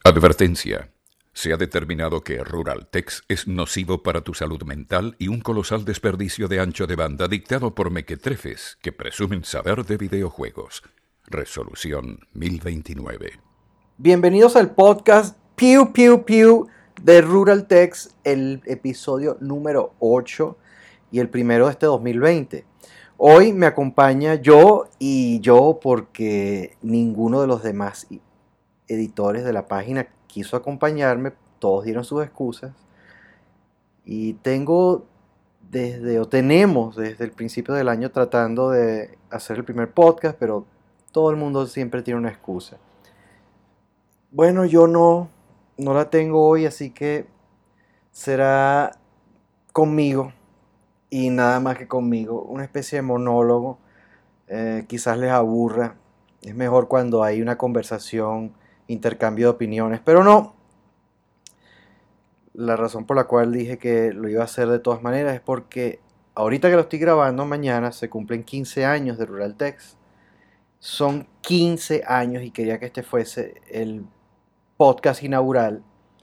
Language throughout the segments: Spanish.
Advertencia. Se ha determinado que Ruraltext es nocivo para tu salud mental y un colosal desperdicio de ancho de banda dictado por mequetrefes que presumen saber de videojuegos. Resolución 1029. Bienvenidos al podcast Pew Pew Pew de Ruraltext, el episodio número 8 y el primero de este 2020. Hoy me acompaña yo porque ninguno de los demás editores de la página quiso acompañarme, todos dieron sus excusas y tenemos desde el principio del año tratando de hacer el primer podcast, pero todo el mundo siempre tiene una excusa. Bueno, yo no la tengo hoy, así que será conmigo y nada más que conmigo. Una especie de monólogo, quizás les aburra. Es mejor cuando hay una conversación, intercambio de opiniones, pero no. La razón por la cual dije que lo iba a hacer de todas maneras es porque ahorita que lo estoy grabando, mañana se cumplen 15 años de Ruraltext. Son 15 años y quería que este fuese el podcast inaugural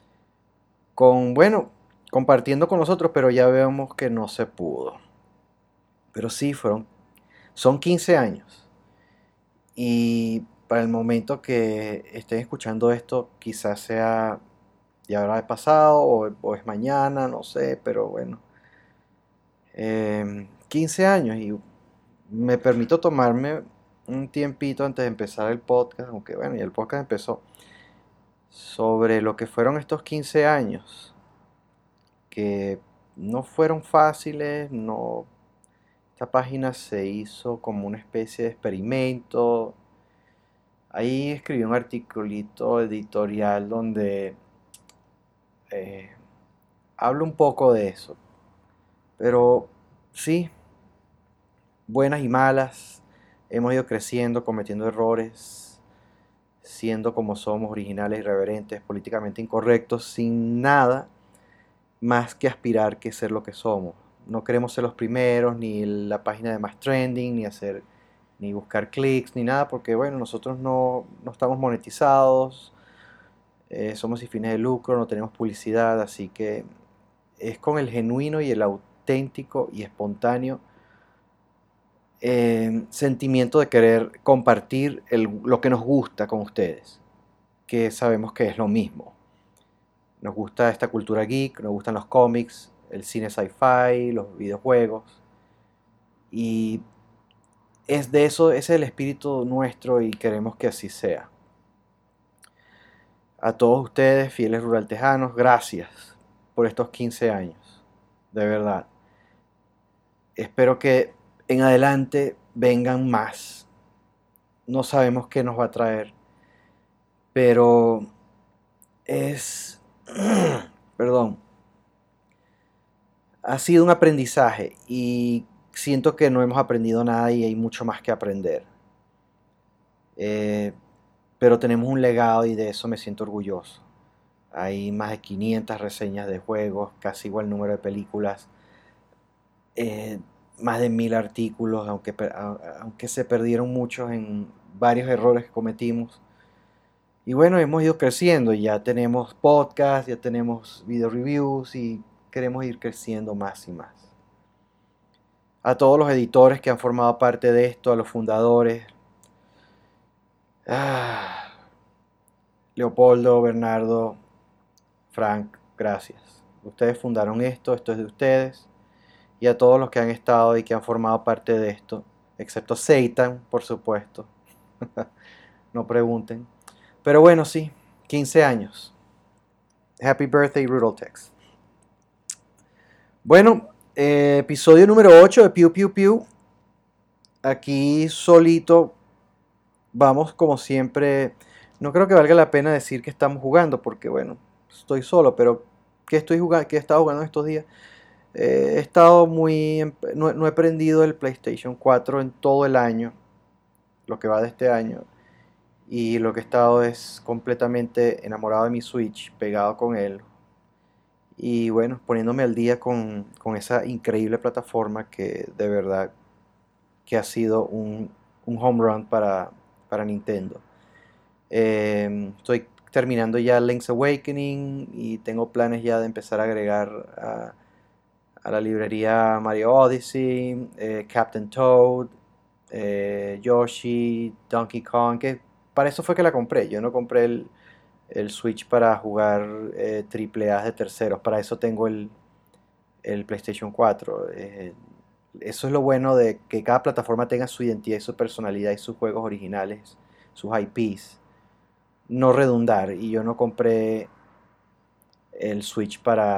compartiendo con nosotros, pero ya vemos que no se pudo. Pero sí, son 15 años. Y para el momento que estén escuchando esto, quizás ya habrá pasado o es mañana, no sé, pero bueno. 15 años y me permito tomarme un tiempito antes de empezar el podcast, aunque bueno, ya el podcast empezó, sobre lo que fueron estos 15 años. Que no fueron fáciles, no. Esta página se hizo como una especie de experimento. Ahí escribí un articulito editorial donde eh, hablo un poco de eso. Pero sí, buenas y malas, hemos ido creciendo, cometiendo errores, siendo como somos, originales, irreverentes, políticamente incorrectos, sin nada más que aspirar que ser lo que somos. No queremos ser los primeros, ni la página de más trending, ni buscar clics, ni nada, porque bueno, nosotros no estamos monetizados, somos sin fines de lucro, no tenemos publicidad, así que es con el genuino y el auténtico y espontáneo sentimiento de querer compartir lo que nos gusta con ustedes, que sabemos que es lo mismo. Nos gusta esta cultura geek, nos gustan los cómics, el cine sci-fi, los videojuegos. Y es de eso, ese es el espíritu nuestro y queremos que así sea. A todos ustedes, fieles ruraltejanos, gracias por estos 15 años. De verdad. Espero que en adelante vengan más. No sabemos qué nos va a traer, pero es... Perdón. Ha sido un aprendizaje y siento que no hemos aprendido nada y hay mucho más que aprender. Eh, pero tenemos un legado y de eso me siento orgulloso. Hay más de 500 reseñas de juegos, casi igual número de películas, eh, más de 1000 artículos, aunque se perdieron muchos en varios errores que cometimos. Y bueno, hemos ido creciendo, ya tenemos podcasts, ya tenemos video reviews y queremos ir creciendo más y más. A todos los editores que han formado parte de esto, a los fundadores, Leopoldo, Bernardo, Frank, gracias. Ustedes fundaron esto, esto es de ustedes. Y a todos los que han estado y que han formado parte de esto, excepto Satan, por supuesto. No pregunten. Pero bueno, sí, 15 años. Happy birthday, Ruraltext. Bueno, episodio número 8 de Pew Pew Pew. Aquí solito, vamos como siempre. No creo que valga la pena decir que estamos jugando, porque bueno, estoy solo, pero ¿qué estoy jugando? ¿Qué he estado jugando estos días? He estado no he prendido el PlayStation 4 en todo el año, lo que va de este año. Y lo que he estado es completamente enamorado de mi Switch, pegado con él. Y bueno, poniéndome al día con esa increíble plataforma que de verdad que ha sido un home run para Nintendo. Estoy terminando ya Link's Awakening y tengo planes ya de empezar a agregar a la librería Mario Odyssey, Captain Toad, Yoshi, Donkey Kong, que para eso fue que la compré. Yo no compré el Switch para jugar triple A de terceros, para eso tengo el PlayStation 4. Eso es lo bueno de que cada plataforma tenga su identidad y su personalidad y sus juegos originales, sus IPs. No redundar. Y yo no compré el Switch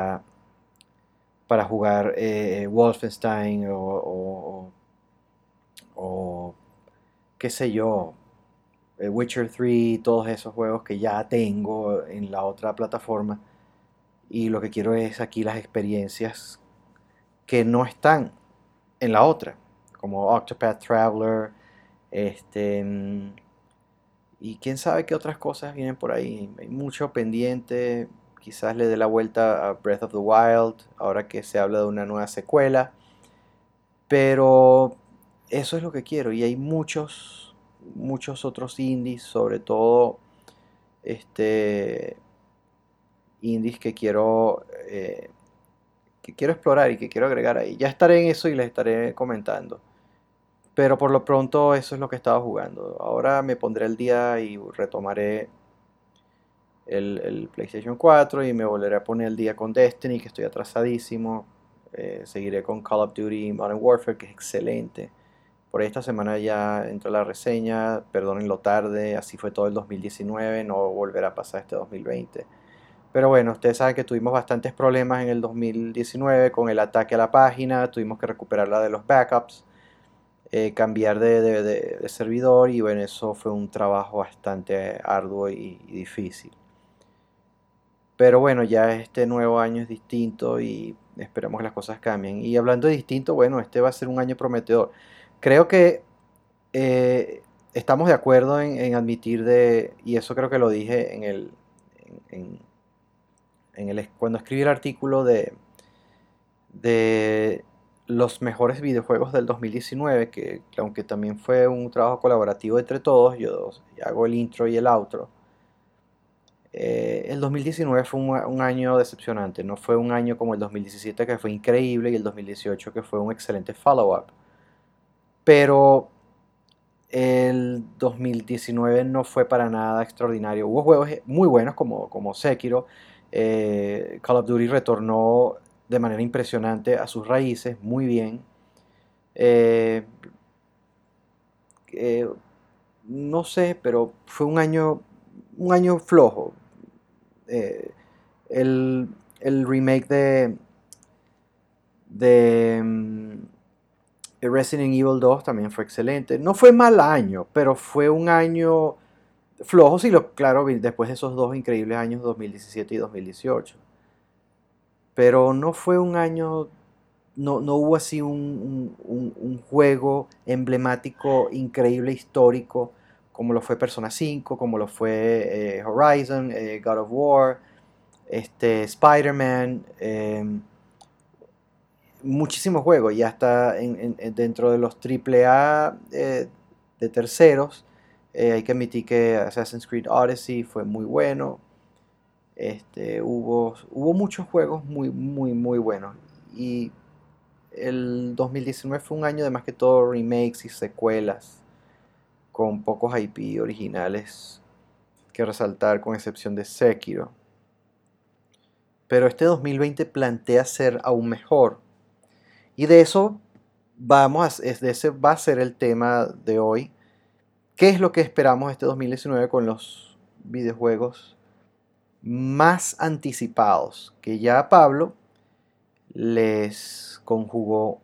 para jugar Wolfenstein o qué sé yo, Witcher 3, todos esos juegos que ya tengo en la otra plataforma. Y lo que quiero es aquí las experiencias que no están en la otra, como Octopath Traveler, este, y quién sabe qué otras cosas vienen por ahí. Hay mucho pendiente, quizás le dé la vuelta a Breath of the Wild, ahora que se habla de una nueva secuela, pero eso es lo que quiero, y hay muchos otros indies, sobre todo este, indies que quiero explorar y que quiero agregar ahí. Ya estaré en eso y les estaré comentando. Pero por lo pronto eso es lo que estaba jugando. Ahora me pondré el día y retomaré el PlayStation 4 y me volveré a poner el día con Destiny, que estoy atrasadísimo. Seguiré con Call of Duty Modern Warfare, que es excelente. Por esta semana ya entró la reseña, perdonen lo tarde, así fue todo el 2019, no volverá a pasar este 2020. Pero bueno, ustedes saben que tuvimos bastantes problemas en el 2019 con el ataque a la página, tuvimos que recuperarla de los backups, cambiar de servidor y bueno, eso fue un trabajo bastante arduo y difícil. Pero bueno, ya este nuevo año es distinto y esperemos que las cosas cambien. Y hablando de distinto, bueno, este va a ser un año prometedor. Creo que estamos de acuerdo en admitir y eso creo que lo dije en, cuando escribí el artículo de los mejores videojuegos del 2019, que aunque también fue un trabajo colaborativo entre todos, yo hago el intro y el outro. El 2019 fue un año decepcionante, no fue un año como el 2017 que fue increíble y el 2018 que fue un excelente follow-up. Pero el 2019 no fue para nada extraordinario. Hubo juegos muy buenos como Sekiro. Call of Duty retornó de manera impresionante a sus raíces, muy bien. Eh, eh, no sé, pero fue un año flojo. Eh, el, el remake de Resident Evil 2 también fue excelente. No fue mal año, pero fue un año flojo, sí, claro, después de esos dos increíbles años 2017 y 2018. Pero no fue un año, no hubo así un juego emblemático, increíble, histórico, como lo fue Persona 5, como lo fue Horizon, God of War, Spider-Man, muchísimos juegos, y hasta dentro de los AAA de terceros, hay que admitir que Assassin's Creed Odyssey fue muy bueno. Hubo muchos juegos muy buenos. Y el 2019 fue un año de más que todo remakes y secuelas, con pocos IP originales que resaltar, con excepción de Sekiro. Pero este 2020 plantea ser aún mejor. Y de eso ese va a ser el tema de hoy. ¿Qué es lo que esperamos este 2019 con los videojuegos más anticipados? Que ya Pablo les conjugó,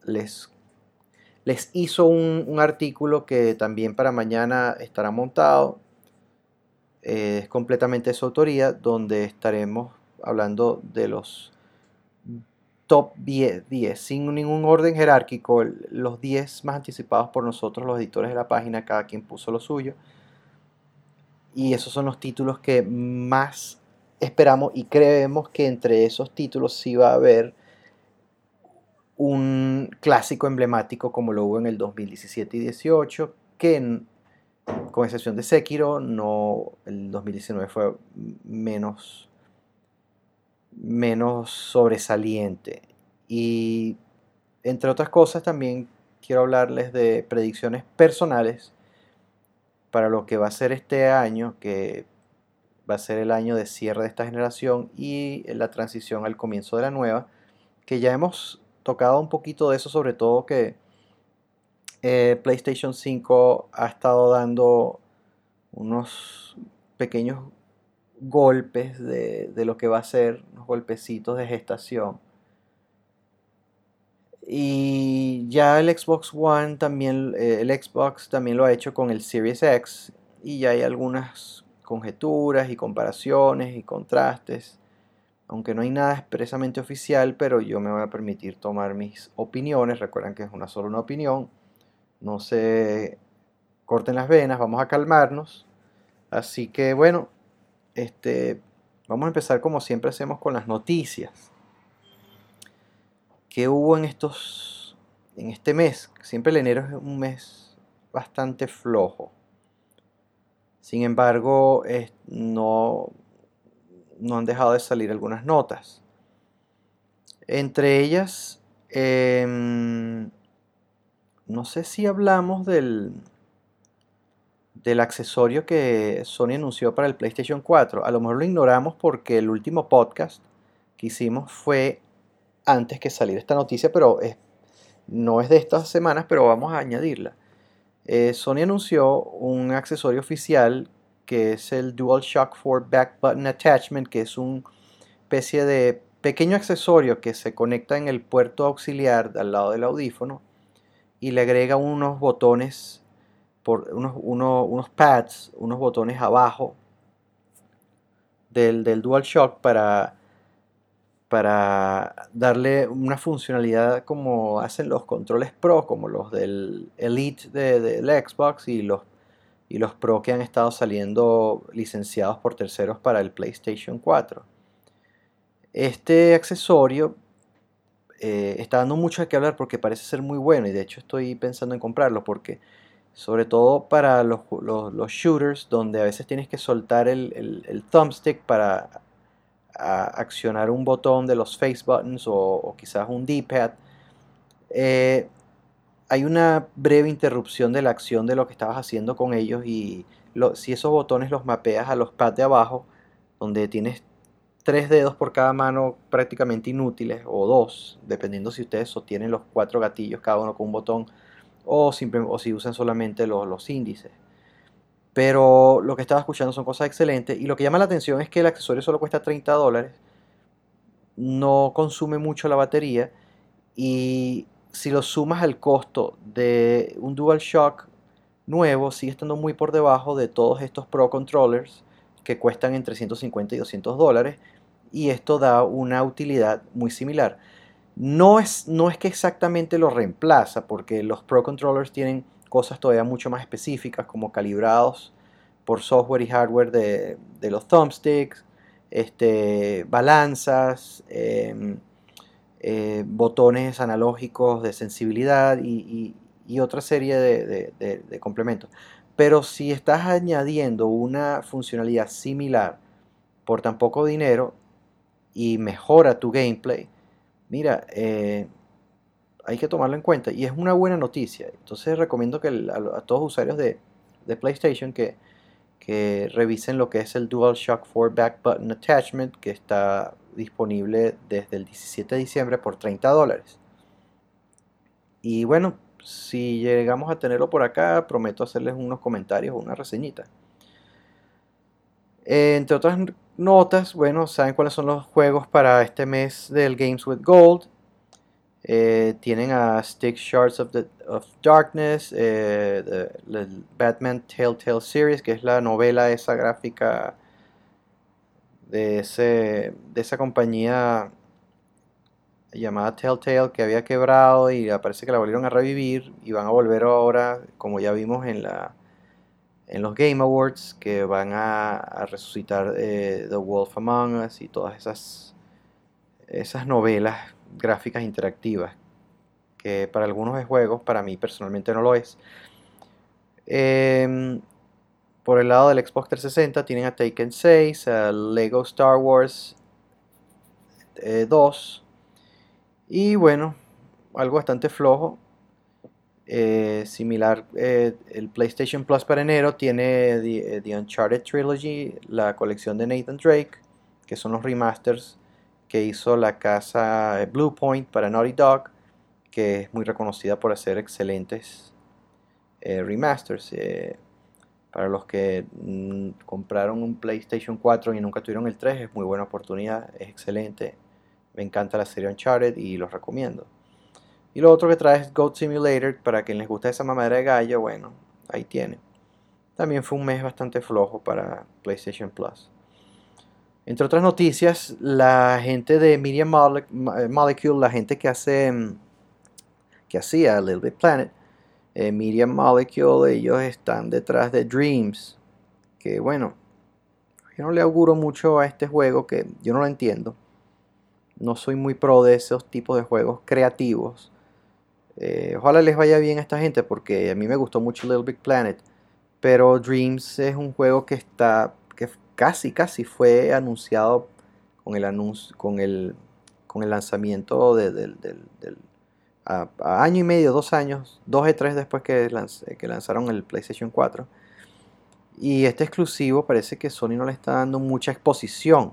les hizo un artículo que también para mañana estará montado. Es completamente de su autoría, donde estaremos hablando de los top 10, sin ningún orden jerárquico, los 10 más anticipados por nosotros, los editores de la página, cada quien puso lo suyo. Y esos son los títulos que más esperamos, y creemos que entre esos títulos sí va a haber un clásico emblemático como lo hubo en el 2017 y 18, que con excepción de Sekiro, no, el 2019 fue menos, menos sobresaliente. Y entre otras cosas también quiero hablarles de predicciones personales para lo que va a ser este año, que va a ser el año de cierre de esta generación y la transición al comienzo de la nueva, que ya hemos tocado un poquito de eso, sobre todo que PlayStation 5 ha estado dando unos pequeños golpes de lo que va a ser, unos golpecitos de gestación. Y ya el Xbox One también, el Xbox también lo ha hecho con el Series X y ya hay algunas conjeturas y comparaciones y contrastes, aunque no hay nada expresamente oficial, pero yo me voy a permitir tomar mis opiniones. Recuerden que es solo una opinión, no se corten las venas, vamos a calmarnos. Así que bueno, vamos a empezar como siempre hacemos con las noticias. ¿Qué hubo en este mes? Siempre el enero es un mes bastante flojo. Sin embargo, no han dejado de salir algunas notas. Entre ellas, no sé si hablamos del accesorio que Sony anunció para el PlayStation 4. A lo mejor lo ignoramos porque el último podcast que hicimos fue antes que saliera esta noticia, pero no es de estas semanas, pero vamos a añadirla. Sony anunció un accesorio oficial que es el DualShock 4 Back Button Attachment, que es una especie de pequeño accesorio que se conecta en el puerto auxiliar al lado del audífono y le agrega unos botones, unos pads, unos botones abajo del DualShock para darle una funcionalidad como hacen los controles Pro, como los del Elite del Xbox y los Pro que han estado saliendo licenciados por terceros para el PlayStation 4. Este accesorio está dando mucho de qué hablar porque parece ser muy bueno y de hecho estoy pensando en comprarlo porque sobre todo para los shooters donde a veces tienes que soltar el thumbstick para accionar un botón de los face buttons o quizás un D-pad, eh, hay una breve interrupción de la acción de lo que estabas haciendo con ellos y si esos botones los mapeas a los pads de abajo, donde tienes tres dedos por cada mano prácticamente inútiles, o dos, dependiendo si ustedes sostienen los cuatro gatillos cada uno con un botón, o si usan solamente los índices. Pero lo que estaba escuchando son cosas excelentes y lo que llama la atención es que el accesorio solo cuesta $30, no consume mucho la batería y si lo sumas al costo de un DualShock nuevo, sigue estando muy por debajo de todos estos Pro Controllers que cuestan entre 150 y $200 y esto da una utilidad muy similar. No es que exactamente lo reemplaza porque los Pro Controllers tienen cosas todavía mucho más específicas como calibrados por software y hardware de los thumbsticks, balanzas, botones analógicos de sensibilidad y otra serie de complementos. Pero si estás añadiendo una funcionalidad similar por tan poco dinero y mejora tu gameplay, mira, hay que tomarlo en cuenta y es una buena noticia. Entonces recomiendo que a todos los usuarios de PlayStation que revisen lo que es el DualShock 4 Back Button Attachment, que está disponible desde el 17 de diciembre por $30. Y bueno, si llegamos a tenerlo por acá, prometo hacerles unos comentarios o una reseñita. Entre otras notas, bueno, saben cuáles son los juegos para este mes del Games with Gold. Tienen a Six Shards of Darkness, el Batman Telltale Series, que es la novela esa gráfica de esa compañía llamada Telltale que había quebrado y parece que la volvieron a revivir y van a volver ahora, como ya vimos en los Game Awards, que van a resucitar The Wolf Among Us y todas esas novelas gráficas interactivas que para algunos es juegos, para mí personalmente no lo es. Por el lado del Xbox 360 tienen a Taken 6, a Lego Star Wars 2 y bueno, algo bastante flojo. Similar, el PlayStation Plus para enero tiene The Uncharted Trilogy, la colección de Nathan Drake, que son los remasters que hizo la casa Bluepoint para Naughty Dog, que es muy reconocida por hacer excelentes remasters. Para los que compraron un PlayStation 4 y nunca tuvieron el 3, es muy buena oportunidad, es excelente. Me encanta la serie Uncharted y los recomiendo. Y lo otro que trae es Goat Simulator, para quien les gusta esa mamadera de gallo, bueno, ahí tiene. También fue un mes bastante flojo para PlayStation Plus. Entre otras noticias, la gente de Media Molecule, la gente que hacía Little Big Planet, Media Molecule, ellos están detrás de Dreams, que bueno, yo no le auguro mucho a este juego, que yo no lo entiendo. No soy muy pro de esos tipos de juegos creativos. Ojalá les vaya bien a esta gente, porque a mí me gustó mucho Little Big Planet, pero Dreams es un juego que casi fue anunciado con el lanzamiento a año y medio, 2 años, 2 o 3 después que lanzaron el PlayStation 4. Y este exclusivo parece que Sony no le está dando mucha exposición,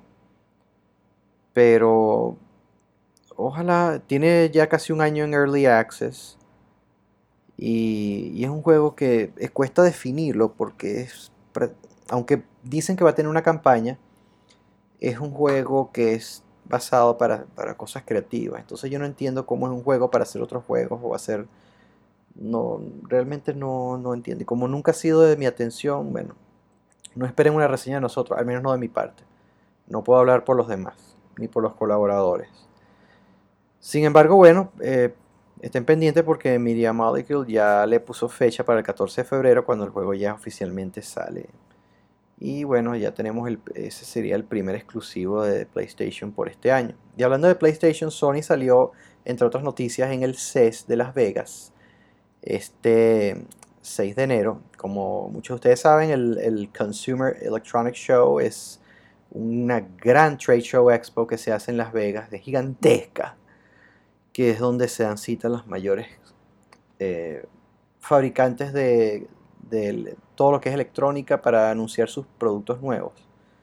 pero ojalá. Tiene ya casi un año en Early Access. Y es un juego que cuesta definirlo, porque aunque dicen que va a tener una campaña, es un juego que es basado para cosas creativas. Entonces yo no entiendo cómo es un juego para hacer otros juegos o hacer... No, realmente no entiendo. Y como nunca ha sido de mi atención, bueno, no esperen una reseña de nosotros, al menos no de mi parte. No puedo hablar por los demás, ni por los colaboradores. Sin embargo, bueno, estén pendientes, porque Media Molecule ya le puso fecha para el 14 de febrero, cuando el juego ya oficialmente sale. Y bueno, ya tenemos ese sería el primer exclusivo de PlayStation por este año. Y hablando de PlayStation, Sony salió, entre otras noticias, en el CES de Las Vegas este 6 de enero. Como muchos de ustedes saben, el Consumer Electronics Show es una gran trade show expo que se hace en Las Vegas, de gigantesca, que es donde se dan cita los mayores eh, fabricantes de todo lo que es electrónica, para anunciar sus productos nuevos.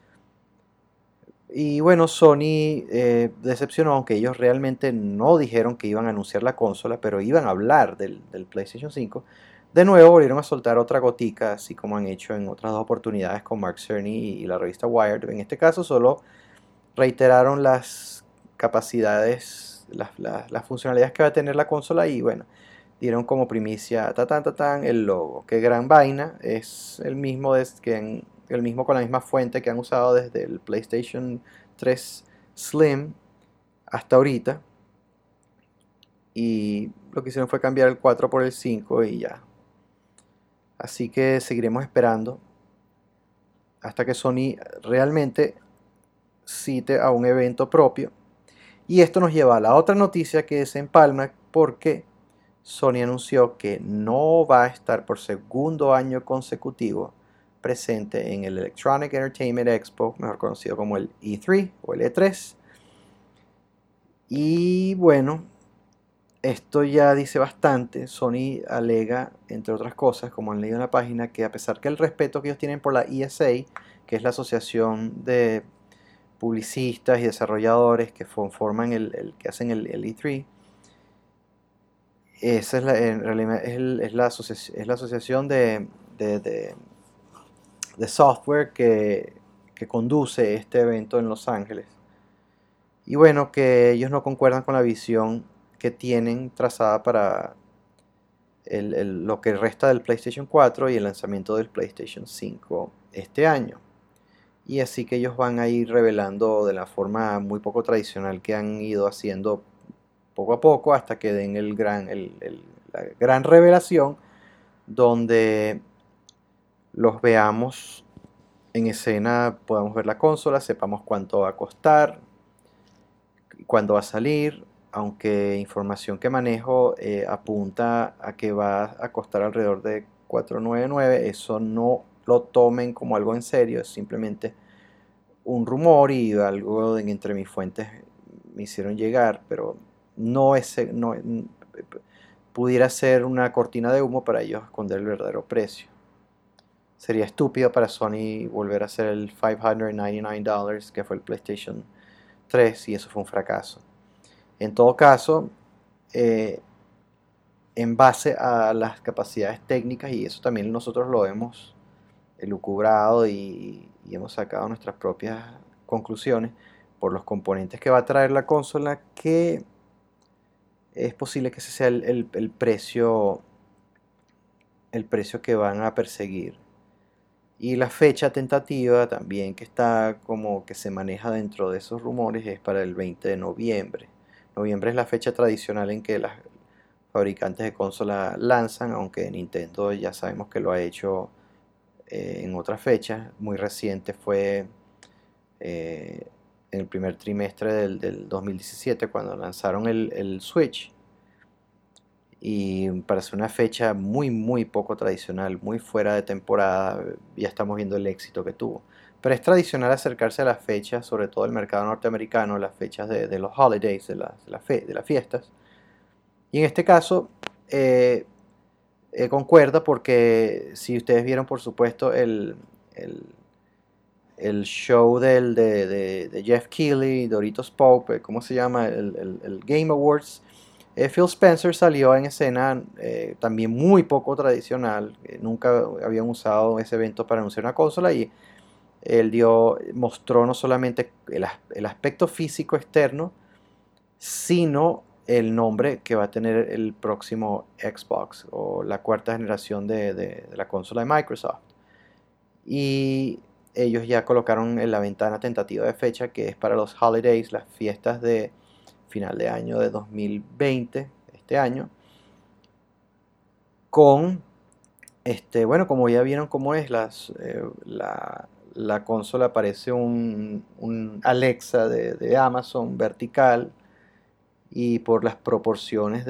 Y bueno, Sony decepcionó, aunque ellos realmente no dijeron que iban a anunciar la consola, pero iban a hablar del PlayStation 5. De nuevo volvieron a soltar otra gotica, así como han hecho en otras dos oportunidades con Mark Cerny y la revista Wired. En este caso solo reiteraron las capacidades, las funcionalidades que va a tener la consola, y bueno, dieron como primicia el logo. Que gran vaina, es el mismo con la misma fuente que han usado desde el PlayStation 3 Slim hasta ahorita. Y lo que hicieron fue cambiar el 4 por el 5 y ya. Así que seguiremos esperando hasta que Sony realmente cite a un evento propio. Y esto nos lleva a la otra noticia que se empalma, porque Sony anunció que no va a estar por segundo año consecutivo presente en el Electronic Entertainment Expo, mejor conocido como el E3 o el E3. Y bueno, esto ya dice bastante. Sony alega, entre otras cosas, como han leído en la página, que a pesar que el respeto que ellos tienen por la ESA, que es la asociación de publicistas y desarrolladores que forman que hacen el E3, esa en realidad es la asociación de software que conduce este evento en Los Ángeles. Y bueno, que ellos no concuerdan con la visión que tienen trazada para lo que resta del PlayStation 4 y el lanzamiento del PlayStation 5 este año. Y así que ellos van a ir revelando de la forma muy poco tradicional que han ido haciendo poco a poco, hasta que den la gran revelación, donde los veamos en escena, podamos ver la consola, sepamos cuánto va a costar, cuándo va a salir. Aunque información que manejo apunta a que va a costar alrededor de $499, eso no lo tomen como algo en serio, es simplemente un rumor y algo de entre mis fuentes me hicieron llegar, pero no es, no, pudiera ser una cortina de humo para ellos esconder el verdadero precio. Sería estúpido para Sony volver a hacer el $599 que fue el PlayStation 3 y eso fue un fracaso. En todo caso, eh, en base a las capacidades técnicas, y eso también nosotros lo hemos elucubrado y hemos sacado nuestras propias conclusiones por los componentes que va a traer la consola, que es posible que ese sea el precio que van a perseguir. Y la fecha tentativa también que está como que se maneja dentro de esos rumores es para el 20 de noviembre. Noviembre es la fecha tradicional en que las fabricantes de consolas lanzan, aunque Nintendo ya sabemos que lo ha hecho en otras fechas. Muy reciente fue en el primer trimestre del 2017 cuando lanzaron el Switch. Y parece una fecha muy, muy poco tradicional, muy fuera de temporada. Ya estamos viendo el éxito que tuvo. Pero es tradicional acercarse a las fechas, sobre todo el mercado norteamericano, las fechas de los holidays, de las fiestas. Y en este caso, concuerda porque si ustedes vieron, por supuesto, el, el show de Jeff Keighley, Doritos Pope, ¿cómo se llama? El Game Awards. Phil Spencer salió en escena también muy poco tradicional. Nunca habían usado ese evento para anunciar una consola y él mostró no solamente el aspecto físico externo, sino el nombre que va a tener el próximo Xbox o la cuarta generación de la consola de Microsoft. Y ellos ya colocaron en la ventana tentativa de fecha que es para los holidays, las fiestas de final de año de 2020, este año, con, bueno, como ya vieron cómo es, la consola parece un Alexa de Amazon vertical y por las proporciones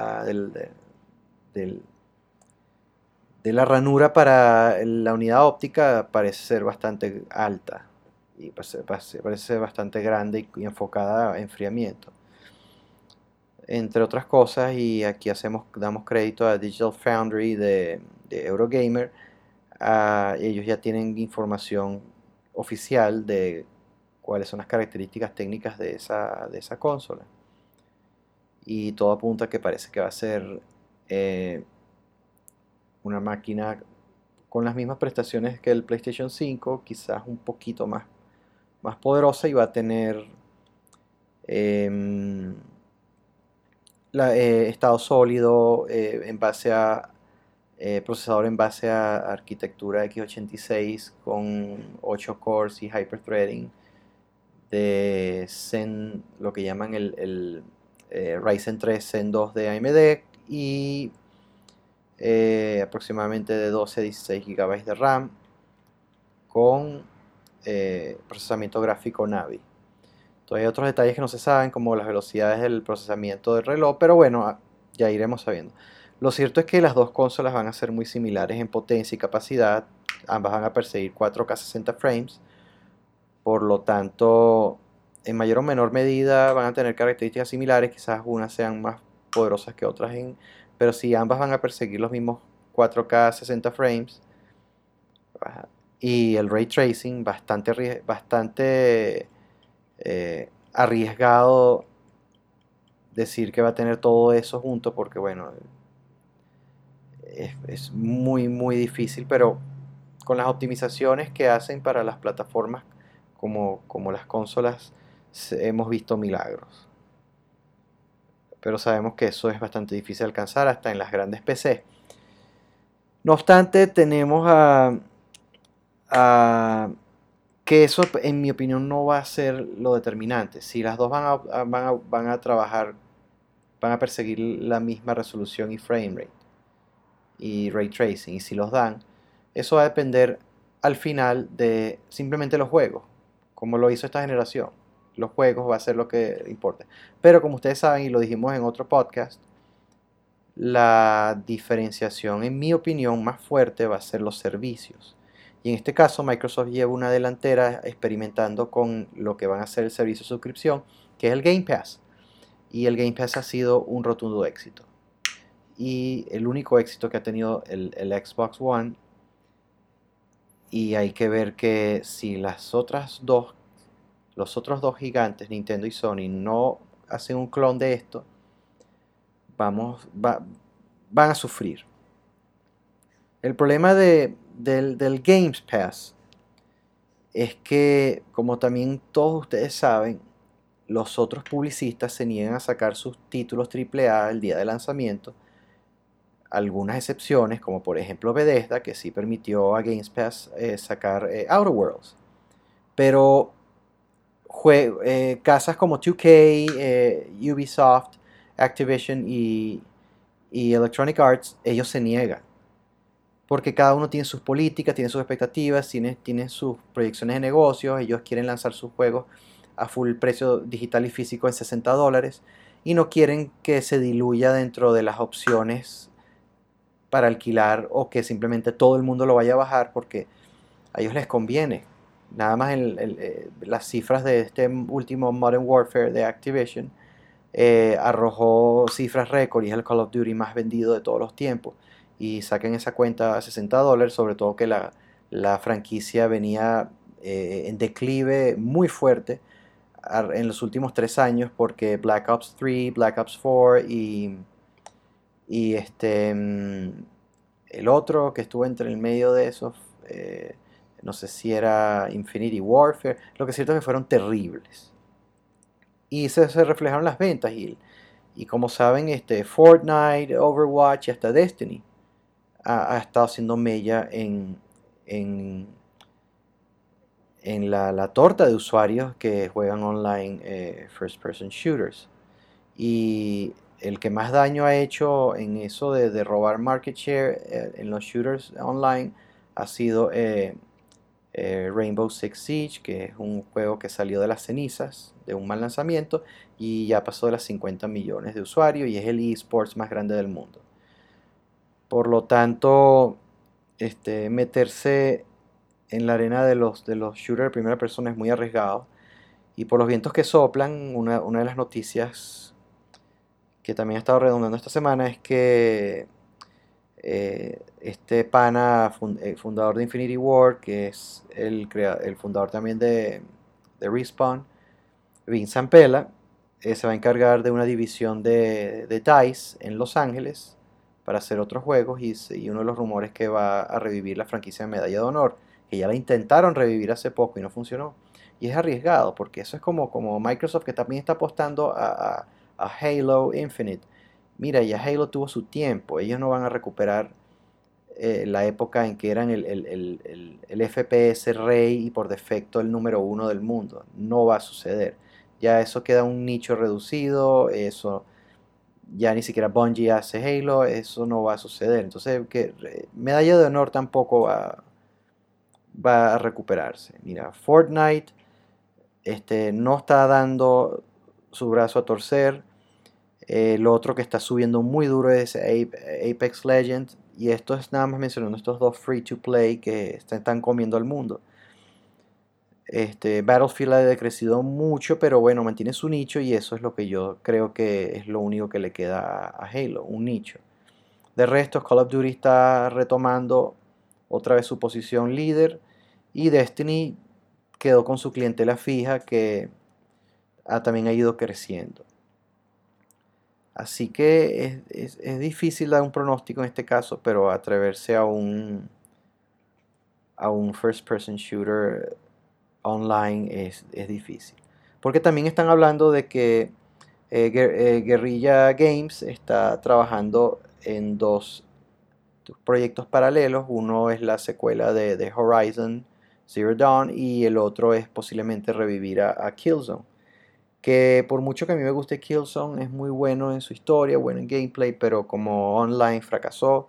del- de la ranura para la unidad óptica parece ser bastante alta y parece bastante grande y enfocada a enfriamiento. Entre otras cosas, y aquí damos crédito a Digital Foundry de Eurogamer, ellos ya tienen información oficial de cuáles son las características técnicas de esa consola. Y todo apunta a que parece que va a ser eh, una máquina con las mismas prestaciones que el PlayStation 5, quizás un poquito más poderosa y va a tener em, estado sólido en base a procesador en base a arquitectura x86 con 8 cores y hyperthreading de Zen, lo que llaman el Ryzen 3 Zen 2 de AMD y aproximadamente de 12 a 16 GB de RAM con procesamiento gráfico Navi. Entonces hay otros detalles que no se saben, como las velocidades del procesamiento del reloj, pero bueno, ya iremos sabiendo. Lo cierto es que las dos consolas van a ser muy similares en potencia y capacidad. Ambas van a perseguir 4K 60 frames. Por lo tanto, en mayor o menor medida van a tener características similares. Quizás unas sean más poderosas que otras, pero si ambas van a perseguir los mismos 4K 60 frames, y el ray tracing bastante arriesgado decir que va a tener todo eso junto porque bueno, es muy muy difícil, pero con las optimizaciones que hacen para las plataformas como las consolas hemos visto milagros. Pero sabemos que eso es bastante difícil de alcanzar hasta en las grandes PC. No obstante, tenemos a que eso en mi opinión no va a ser lo determinante. Si las dos van a trabajar, van a perseguir la misma resolución y frame rate y ray tracing, y si los dan, eso va a depender al final de simplemente los juegos, como lo hizo esta generación. Los juegos va a ser lo que importa. Pero como ustedes saben, y lo dijimos en otro podcast, la diferenciación, en mi opinión, más fuerte va a ser los servicios. Y en este caso Microsoft lleva una delantera experimentando con lo que van a ser el servicio de suscripción, que es el Game Pass. Y el Game Pass ha sido un rotundo éxito. Y el único éxito que ha tenido el Xbox One. Y hay que ver que si los otros dos gigantes, Nintendo y Sony, no hacen un clon de esto, van a sufrir. El problema del Games Pass es que, como también todos ustedes saben, los otros publicistas se niegan a sacar sus títulos AAA el día de lanzamiento. Algunas excepciones, como por ejemplo Bethesda, que sí permitió a Games Pass sacar Outer Worlds. Pero casas como 2K, Ubisoft, Activision y Electronic Arts, ellos se niegan. Porque cada uno tiene sus políticas, tiene sus expectativas, tiene sus proyecciones de negocios. Ellos quieren lanzar sus juegos a full precio digital y físico en $60 y no quieren que se diluya dentro de las opciones para alquilar o que simplemente todo el mundo lo vaya a bajar, porque a ellos les conviene. Nada más las cifras de este último Modern Warfare de Activision arrojó cifras récord y es el Call of Duty más vendido de todos los tiempos. Y saquen esa cuenta a $60, sobre todo que la franquicia venía en declive muy fuerte en los últimos 3 años, porque Black Ops 3, Black Ops 4 y el otro que estuvo entre el medio de esos, no sé si era Infinity Warfare, lo que es cierto es que fueron terribles. Y se reflejaron las ventas. Y como saben, Fortnite, Overwatch y hasta Destiny ha estado haciendo mella en la torta de usuarios que juegan online first person shooters. Y el que más daño ha hecho en eso de robar market share en los shooters online ha sido Rainbow Six Siege, que es un juego que salió de las cenizas de un mal lanzamiento y ya pasó de las 50 millones de usuarios y es el eSports más grande del mundo. Por lo tanto, meterse en la arena de los shooters de primera persona es muy arriesgado. Y por los vientos que soplan, una de las noticias que también ha estado redundando esta semana es que este pana, fundador de Infinity Ward, que es el fundador también de Respawn, Vince Zampella, se va a encargar de una división de DICE en Los Ángeles para hacer otros juegos y uno de los rumores que va a revivir la franquicia de Medalla de Honor, que ya la intentaron revivir hace poco y no funcionó. Y es arriesgado porque eso es como Microsoft, que también está apostando a Halo Infinite. Mira, ya Halo tuvo su tiempo, ellos no van a recuperar la época en que eran el FPS rey y por defecto el número uno del mundo. No va a suceder. Ya eso queda un nicho reducido, eso ya ni siquiera Bungie hace Halo, eso no va a suceder. Entonces, Medalla de Honor tampoco va a recuperarse. Mira, Fortnite no está dando su brazo a torcer. Lo otro que está subiendo muy duro es Apex Legends. Y esto es nada más mencionando estos dos free to play que están comiendo al mundo. Battlefield ha decrecido mucho, pero bueno, mantiene su nicho y eso es lo que yo creo que es lo único que le queda a Halo, un nicho. De resto, Call of Duty está retomando otra vez su posición líder y Destiny quedó con su clientela fija que también ha ido creciendo. Así que es difícil dar un pronóstico en este caso, pero atreverse a un first person shooter online es difícil. Porque también están hablando de que Guerrilla Games está trabajando en dos proyectos paralelos. Uno es la secuela de Horizon Zero Dawn y el otro es posiblemente revivir a Killzone. Que por mucho que a mí me guste Killzone, es muy bueno en su historia, bueno en gameplay, pero como online fracasó.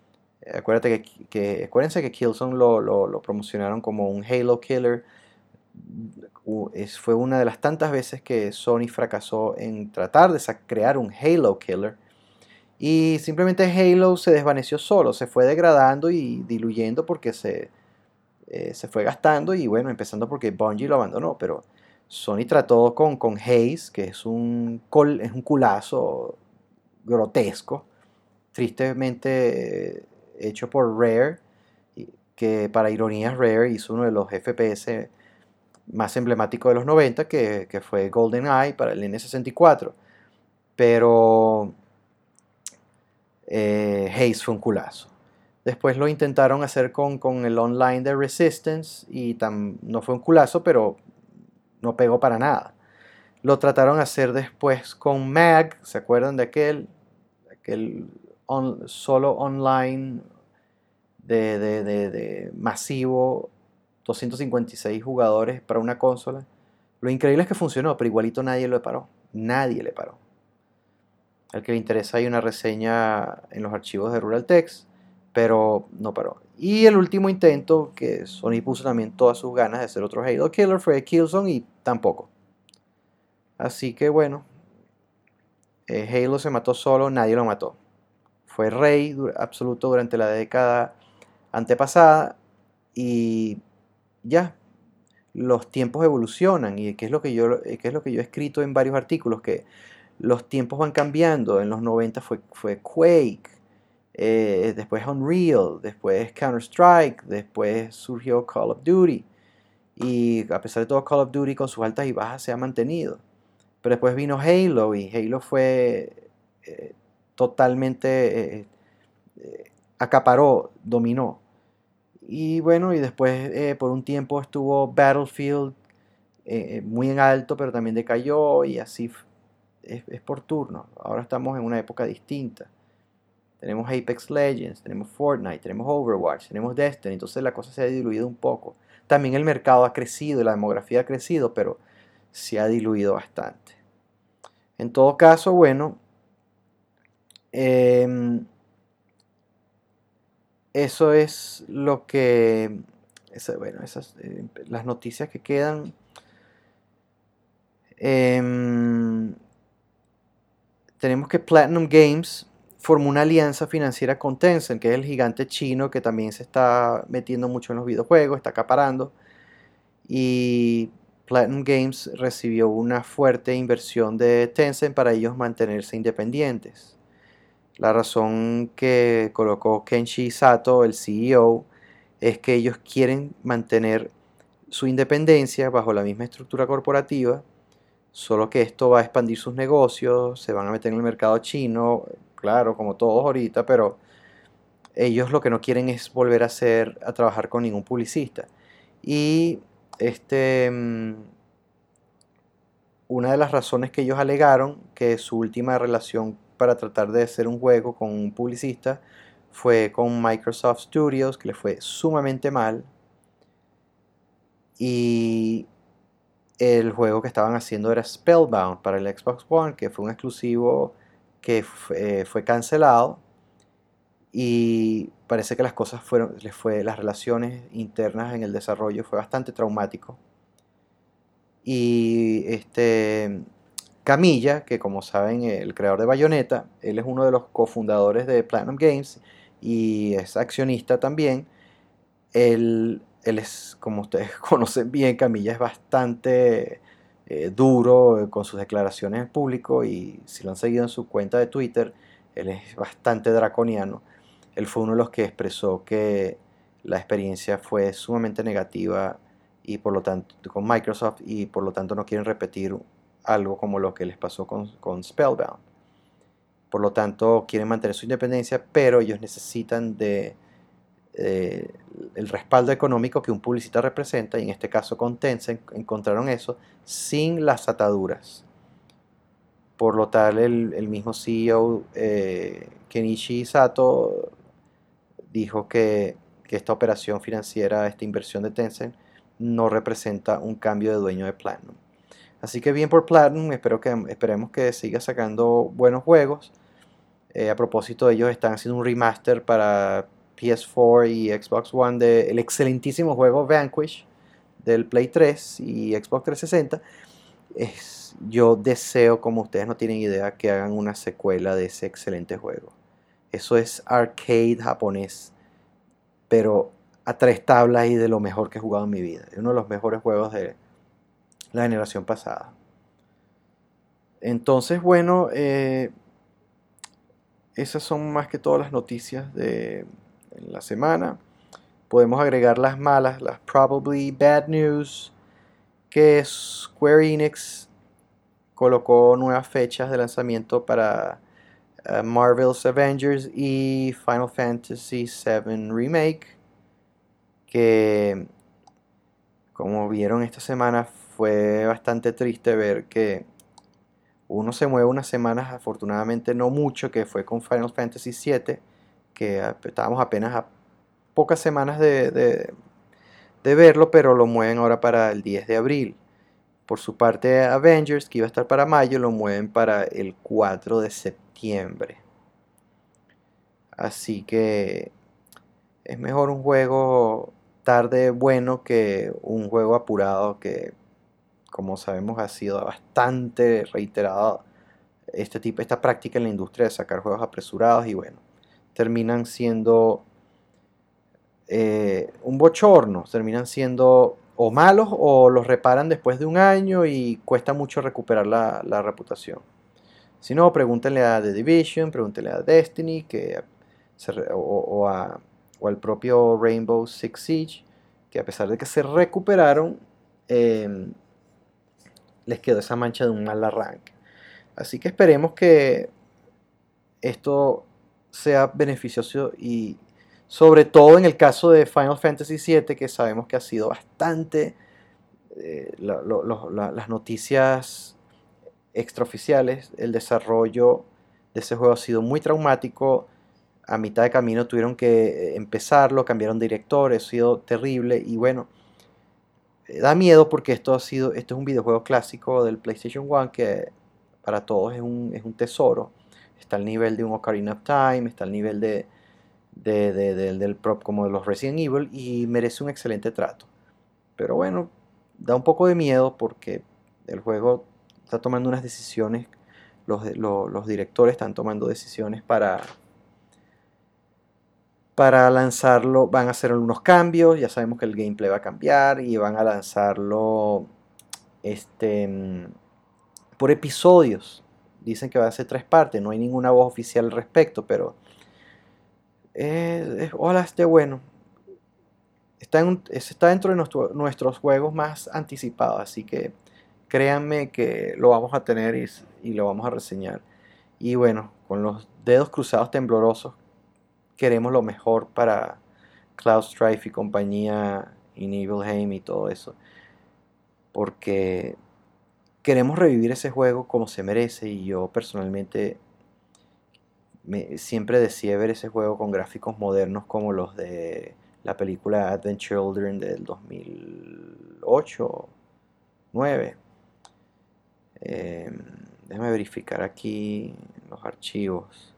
Acuérdense que Killzone lo promocionaron como un Halo Killer. Fue una de las tantas veces que Sony fracasó en tratar de crear un Halo Killer. Y simplemente Halo se desvaneció solo, se fue degradando y diluyendo porque se fue gastando y bueno, empezando porque Bungie lo abandonó, pero Sony trató con Haze, que es un culazo grotesco, tristemente hecho por Rare, que para ironía Rare hizo uno de los FPS más emblemáticos de los 90, que fue GoldenEye para el N64, pero Haze fue un culazo. Después lo intentaron hacer con el online de Resistance y no fue un culazo, pero no pegó para nada. Lo trataron de hacer después con MAG, ¿se acuerdan de aquel solo online de masivo, 256 jugadores para una consola? Lo increíble es que funcionó, pero igualito nadie lo paró. Nadie le paró. Al que le interesa hay una reseña en los archivos de Ruraltext, pero no paró. Y el último intento, que Sony puso también todas sus ganas de hacer otro Halo Killer, fue Killzone y tampoco. Así que bueno, Halo se mató solo, nadie lo mató. Fue rey absoluto durante la década antepasada y ya, los tiempos evolucionan y qué es lo que yo he escrito en varios artículos, que los tiempos van cambiando. En los 90 fue Quake, después Unreal, después Counter-Strike, después surgió Call of Duty. Y a pesar de todo, Call of Duty con sus altas y bajas se ha mantenido. Pero después vino Halo y Halo fue totalmente, acaparó, dominó. Y bueno, y después por un tiempo estuvo Battlefield muy en alto, pero también decayó y así es por turno. Ahora estamos en una época distinta. Tenemos Apex Legends, tenemos Fortnite, tenemos Overwatch, tenemos Destiny, entonces la cosa se ha diluido un poco. También el mercado ha crecido y la demografía ha crecido, pero se ha diluido bastante. En todo caso, bueno, em, eso es lo que, bueno, esas, las noticias que quedan. Em, Tenemos que Platinum Games formó una alianza financiera con Tencent, que es el gigante chino que también se está metiendo mucho en los videojuegos, está acaparando. Y Platinum Games recibió una fuerte inversión de Tencent para ellos mantenerse independientes. La razón que colocó Kenshi Sato, el CEO, es que ellos quieren mantener su independencia bajo la misma estructura corporativa, solo que esto va a expandir sus negocios, se van a meter en el mercado chino, claro, como todos ahorita, pero ellos lo que no quieren es volver a trabajar con ningún publicista. Y este, una de las razones que ellos alegaron, que su última relación para tratar de hacer un juego con un publicista fue con Microsoft Studios, que le fue sumamente mal. Y el juego que estaban haciendo era Spellbound para el Xbox One, que fue un exclusivo que fue cancelado. Y parece que las cosas las relaciones internas en el desarrollo fue bastante traumático. Y Camilla, que como saben, el creador de Bayonetta, él es uno de los cofundadores de Platinum Games y es accionista también. Él es, como ustedes conocen bien, Camilla es bastante duro con sus declaraciones en público y si lo han seguido en su cuenta de Twitter, él es bastante draconiano. Él fue uno de los que expresó que la experiencia fue sumamente negativa y por lo tanto con Microsoft y por lo tanto no quieren repetir algo como lo que les pasó con Spellbound. Por lo tanto quieren mantener su independencia, pero ellos necesitan de el respaldo económico que un publicista representa, y en este caso con Tencent encontraron eso sin las ataduras. Por lo tal, el mismo CEO Kenichi Sato dijo que esta operación financiera, esta inversión de Tencent, no representa un cambio de dueño de Platinum. Así que bien por Platinum, esperemos que siga sacando buenos juegos. A propósito, ellos están haciendo un remaster para PS4 y Xbox One del excelentísimo juego Vanquish del Play 3 y Xbox 360. Yo deseo, como ustedes no tienen idea, que hagan una secuela de ese excelente juego. Eso es arcade japonés, pero a tres tablas y de lo mejor que he jugado en mi vida. Es uno de los mejores juegos de la generación pasada. Entonces, bueno, esas son más que todas las noticias de la semana. Podemos agregar las malas, las probably bad news, que Square Enix colocó nuevas fechas de lanzamiento para Marvel's Avengers y Final Fantasy VII Remake, que como vieron esta semana fue bastante triste ver que uno se mueve unas semanas, afortunadamente no mucho, que fue con Final Fantasy VII, que estábamos apenas a pocas semanas de verlo, pero lo mueven ahora para el 10 de abril. Por su parte, Avengers, que iba a estar para mayo, lo mueven para el 4 de septiembre. Así que es mejor un juego tarde bueno que un juego apurado que, como sabemos, ha sido bastante reiterado esta práctica en la industria de sacar juegos apresurados y bueno, terminan siendo un bochorno, terminan siendo o malos o los reparan después de un año y cuesta mucho recuperar la reputación. Si no, pregúntenle a The Division, pregúntenle a Destiny o al propio Rainbow Six Siege, que a pesar de que se recuperaron, eh, les quedó esa mancha de un mal arranque. Así que esperemos que esto sea beneficioso y sobre todo en el caso de Final Fantasy VII, que sabemos que ha sido bastante las noticias extraoficiales, el desarrollo de ese juego ha sido muy traumático. A mitad de camino tuvieron que empezarlo, cambiaron de director, ha sido terrible y bueno, da miedo porque esto es un videojuego clásico del PlayStation 1 que para todos es un tesoro. Está al nivel de un Ocarina of Time, está al nivel del prop como de los Resident Evil y merece un excelente trato. Pero bueno, da un poco de miedo porque el juego está tomando unas decisiones, los directores están tomando decisiones para lanzarlo, van a hacer algunos cambios, ya sabemos que el gameplay va a cambiar y van a lanzarlo por episodios. Dicen que va a ser 3 partes, no hay ninguna voz oficial al respecto, pero ojalá esté bueno. Está dentro de nuestros juegos más anticipados, así que créanme que lo vamos a tener y lo vamos a reseñar. Y bueno, con los dedos cruzados temblorosos, queremos lo mejor para Cloud Strife y compañía, y Nibelheim y todo eso. Porque queremos revivir ese juego como se merece y yo personalmente siempre deseé ver ese juego con gráficos modernos como los de la película Advent Children del 2008 9. Eh, Déjame verificar aquí los archivos.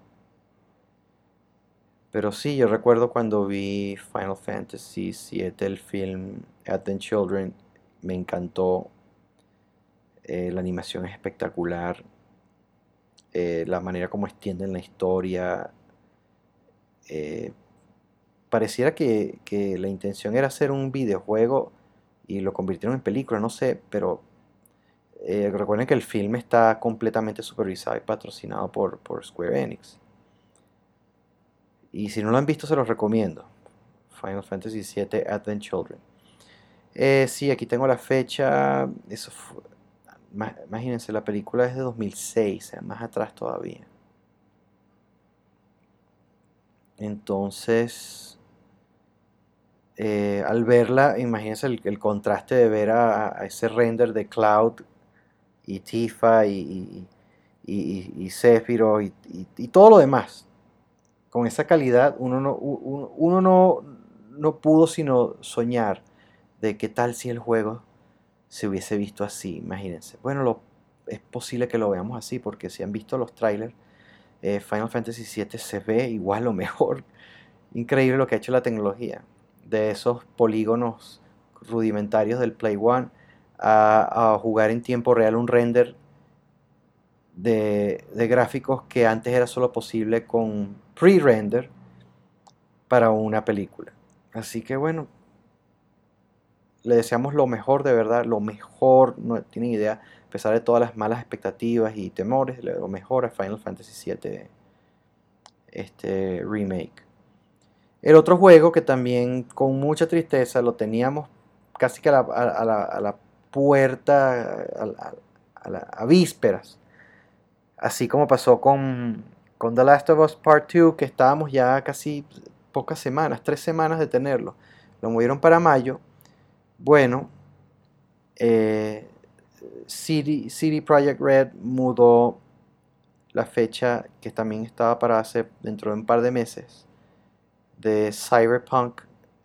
Pero sí, yo recuerdo cuando vi Final Fantasy VII, el film Advent Children, me encantó. La animación es espectacular. La manera como extienden la historia. eh, Pareciera que la intención era hacer un videojuego y lo convirtieron en película, no sé, pero recuerden que el film está completamente supervisado y patrocinado por Square Enix. Y si no lo han visto, se los recomiendo. Final Fantasy VII Advent Children. Sí, aquí tengo la fecha. Imagínense, la película es de 2006, más atrás todavía. Entonces, al verla, imagínense el contraste de ver a ese render de Cloud y Tifa y Sephiroth y todo lo demás. Con esa calidad, uno no pudo sino soñar de qué tal si el juego se hubiese visto así, imagínense. Bueno, es posible que lo veamos así, porque si han visto los trailers, Final Fantasy VII se ve igual o mejor. Increíble lo que ha hecho la tecnología. De esos polígonos rudimentarios del Play One a jugar en tiempo real un render de gráficos que antes era solo posible con pre-render para una película. Así que bueno, le deseamos lo mejor, de verdad, lo mejor, no tienen idea, a pesar de todas las malas expectativas y temores, lo mejor a Final Fantasy VII remake. El otro juego que también con mucha tristeza lo teníamos casi que a la puerta, a vísperas, así como pasó con The Last of Us Part 2, que estábamos ya casi pocas semanas, 3 semanas de tenerlo. Lo movieron para mayo. Bueno, eh, CD Projekt Red mudó la fecha que también estaba para hacer dentro de un par de meses de Cyberpunk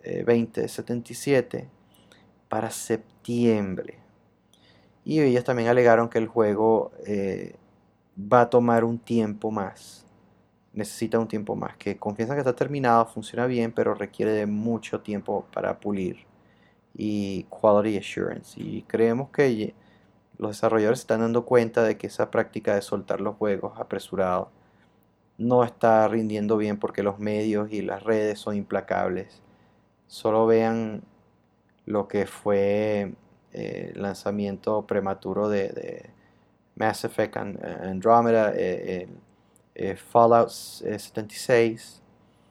2077 para septiembre. Y ellos también alegaron que el juego va a tomar un tiempo más. Necesita un tiempo más. Que confiesan que está terminado, funciona bien, pero requiere de mucho tiempo para pulir. Y quality assurance. Y creemos que los desarrolladores se están dando cuenta de que esa práctica de soltar los juegos apresurados no está rindiendo bien porque los medios y las redes son implacables. Solo vean lo que fue el lanzamiento prematuro de Mass Effect Andromeda, Fallout 76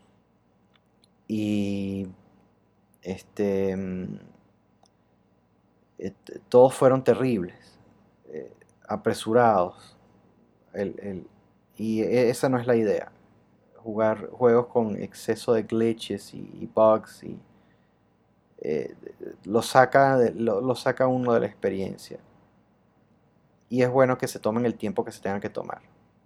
y este, todos fueron terribles, apresurados, y esa no es la idea. Jugar juegos con exceso de glitches y bugs eh, lo saca uno de la experiencia. Y es bueno que se tomen el tiempo que se tengan que tomar.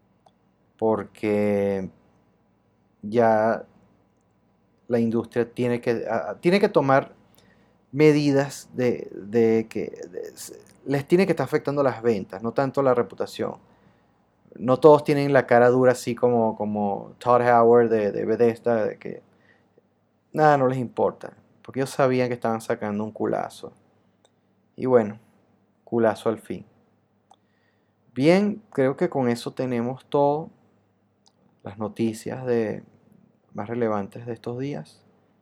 Porque ya la industria tiene que tomar medidas de que les tiene que estar afectando las ventas, no tanto la reputación. No todos tienen la cara dura así como Todd Howard de Bethesda, de que nada no les importa, porque ellos sabían que estaban sacando un culazo. Y bueno, culazo al fin. Bien, creo que con eso tenemos todo, las noticias más relevantes de estos días.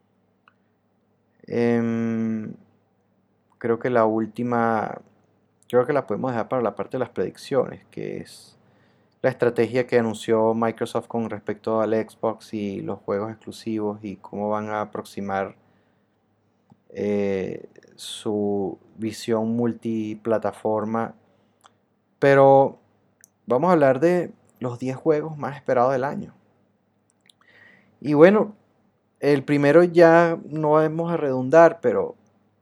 Em, creo que la última, creo que la podemos dejar para la parte de las predicciones, que es la estrategia que anunció Microsoft con respecto al Xbox y los juegos exclusivos y cómo van a aproximar su visión multiplataforma. Pero vamos a hablar de los 10 juegos más esperados del año. Y bueno, el primero ya no vamos a redundar, pero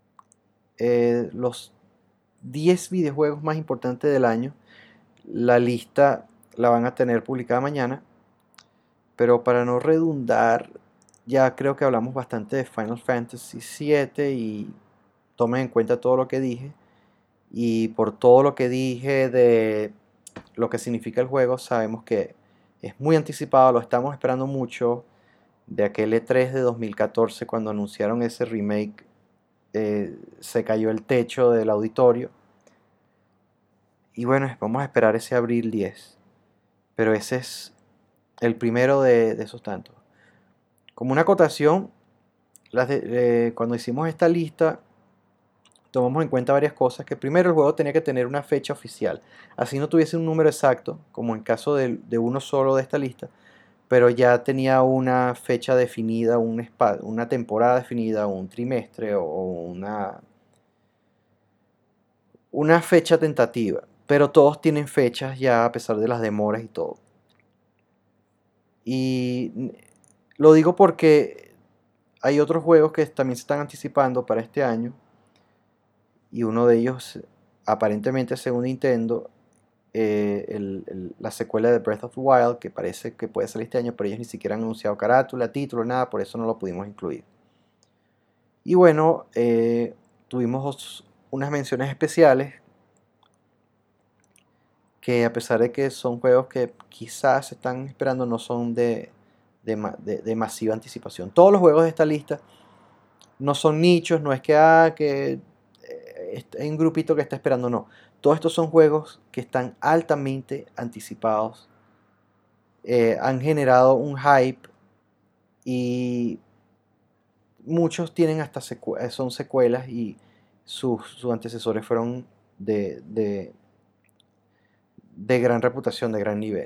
los 10 videojuegos más importantes del año, la lista la van a tener publicada mañana. Pero para no redundar, ya creo que hablamos bastante de Final Fantasy VII y tomen en cuenta todo lo que dije. Y por todo lo que dije de lo que significa el juego, sabemos que es muy anticipado, lo estamos esperando mucho. De aquel E3 de 2014 cuando anunciaron ese remake, se cayó el techo del auditorio. Y bueno, vamos a esperar ese abril 10. Pero ese es el primero de esos tantos. Como una acotación, cuando hicimos esta lista, tomamos en cuenta varias cosas. Que primero, el juego tenía que tener una fecha oficial. Así no tuviese un número exacto, como en caso de uno solo de esta lista, pero ya tenía una fecha definida, una temporada definida, un trimestre o una fecha tentativa. Pero todos tienen fechas ya a pesar de las demoras y todo. Y lo digo porque hay otros juegos que también se están anticipando para este año. Y uno de ellos, aparentemente según Nintendo, la secuela de Breath of the Wild, que parece que puede salir este año, pero ellos ni siquiera han anunciado carátula, título, nada, por eso no lo pudimos incluir. Y bueno, tuvimos unas menciones especiales que, a pesar de que son juegos que quizás se están esperando, no son de masiva anticipación. Todos los juegos de esta lista no son nichos, no es que hay un grupito que está esperando, no. Todos estos son juegos que están altamente anticipados, han generado un hype y muchos tienen hasta son secuelas y sus antecesores fueron de, de, de gran reputación, de gran nivel.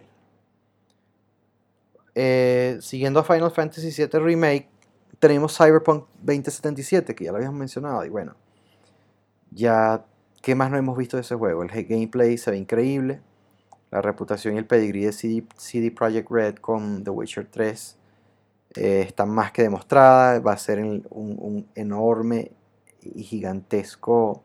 Siguiendo a Final Fantasy VII Remake, tenemos Cyberpunk 2077, que ya lo habíamos mencionado. Y bueno, ya, ¿qué más no hemos visto de ese juego? El gameplay se ve increíble. La reputación y el pedigrí de CD Projekt Red con The Witcher 3 está más que demostrada. Va a ser un enorme y gigantesco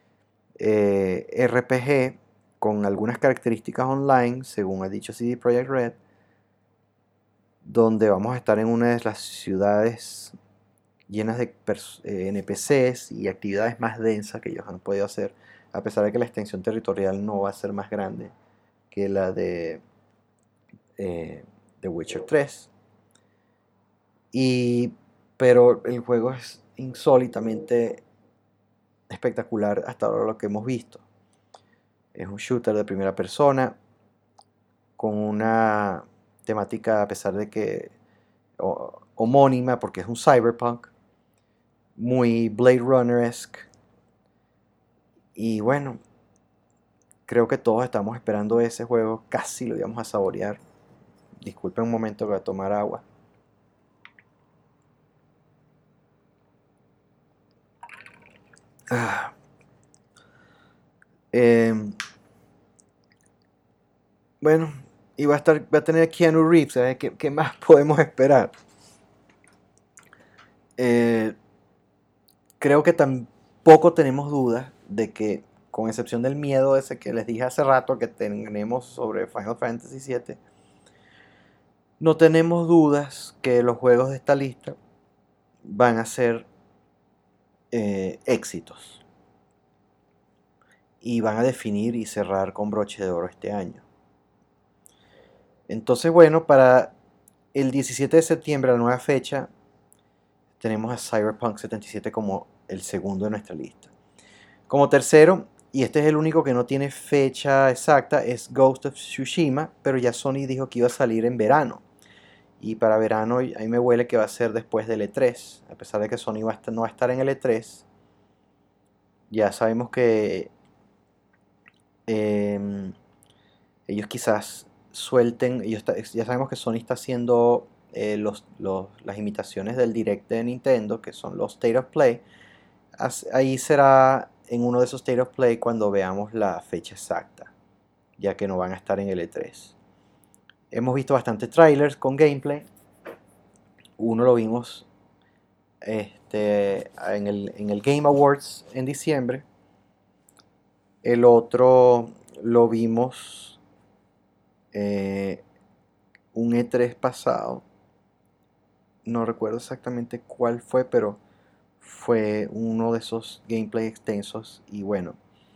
RPG con algunas características online, según ha dicho CD Projekt Red, donde vamos a estar en una de las ciudades llenas de NPCs y actividades más densas que ellos han podido hacer, a pesar de que la extensión territorial no va a ser más grande que la de The Witcher 3. Pero el juego es insólitamente espectacular hasta ahora lo que hemos visto. Es un shooter de primera persona con una temática, a pesar de que homónima, porque es un cyberpunk, muy Blade Runner-esque. Y bueno, creo que todos estamos esperando ese juego, casi lo íbamos a saborear. Disculpen un momento que voy a tomar agua. Ah. Bueno, y va a tener Keanu Reeves, ¿sabes? ¿Qué más podemos esperar? Creo que tampoco tenemos dudas de que, con excepción del miedo ese que les dije hace rato que tenemos sobre Final Fantasy VII, no tenemos dudas que los juegos de esta lista van a ser éxitos y van a definir y cerrar con broche de oro este año. Entonces, bueno, para el 17 de septiembre, la nueva fecha, tenemos a Cyberpunk 77 como el segundo de nuestra lista. Como tercero, y este es el único que no tiene fecha exacta, es Ghost of Tsushima, pero ya Sony dijo que iba a salir en verano. Y para verano, ahí me huele que va a ser después del E3. A pesar de que Sony no va a estar en el E3, ya sabemos que eh, ellos quizás suelten, ya sabemos que Sony está haciendo las imitaciones del Direct de Nintendo, que son los State of Play. Ahí será en uno de esos State of Play cuando veamos la fecha exacta, ya que no van a estar en el E3. Hemos visto bastantes trailers con gameplay. Uno lo vimos en el Game Awards en diciembre. El otro lo vimos un E3 pasado. No recuerdo exactamente cuál fue, pero fue uno de esos gameplay extensos. Y bueno,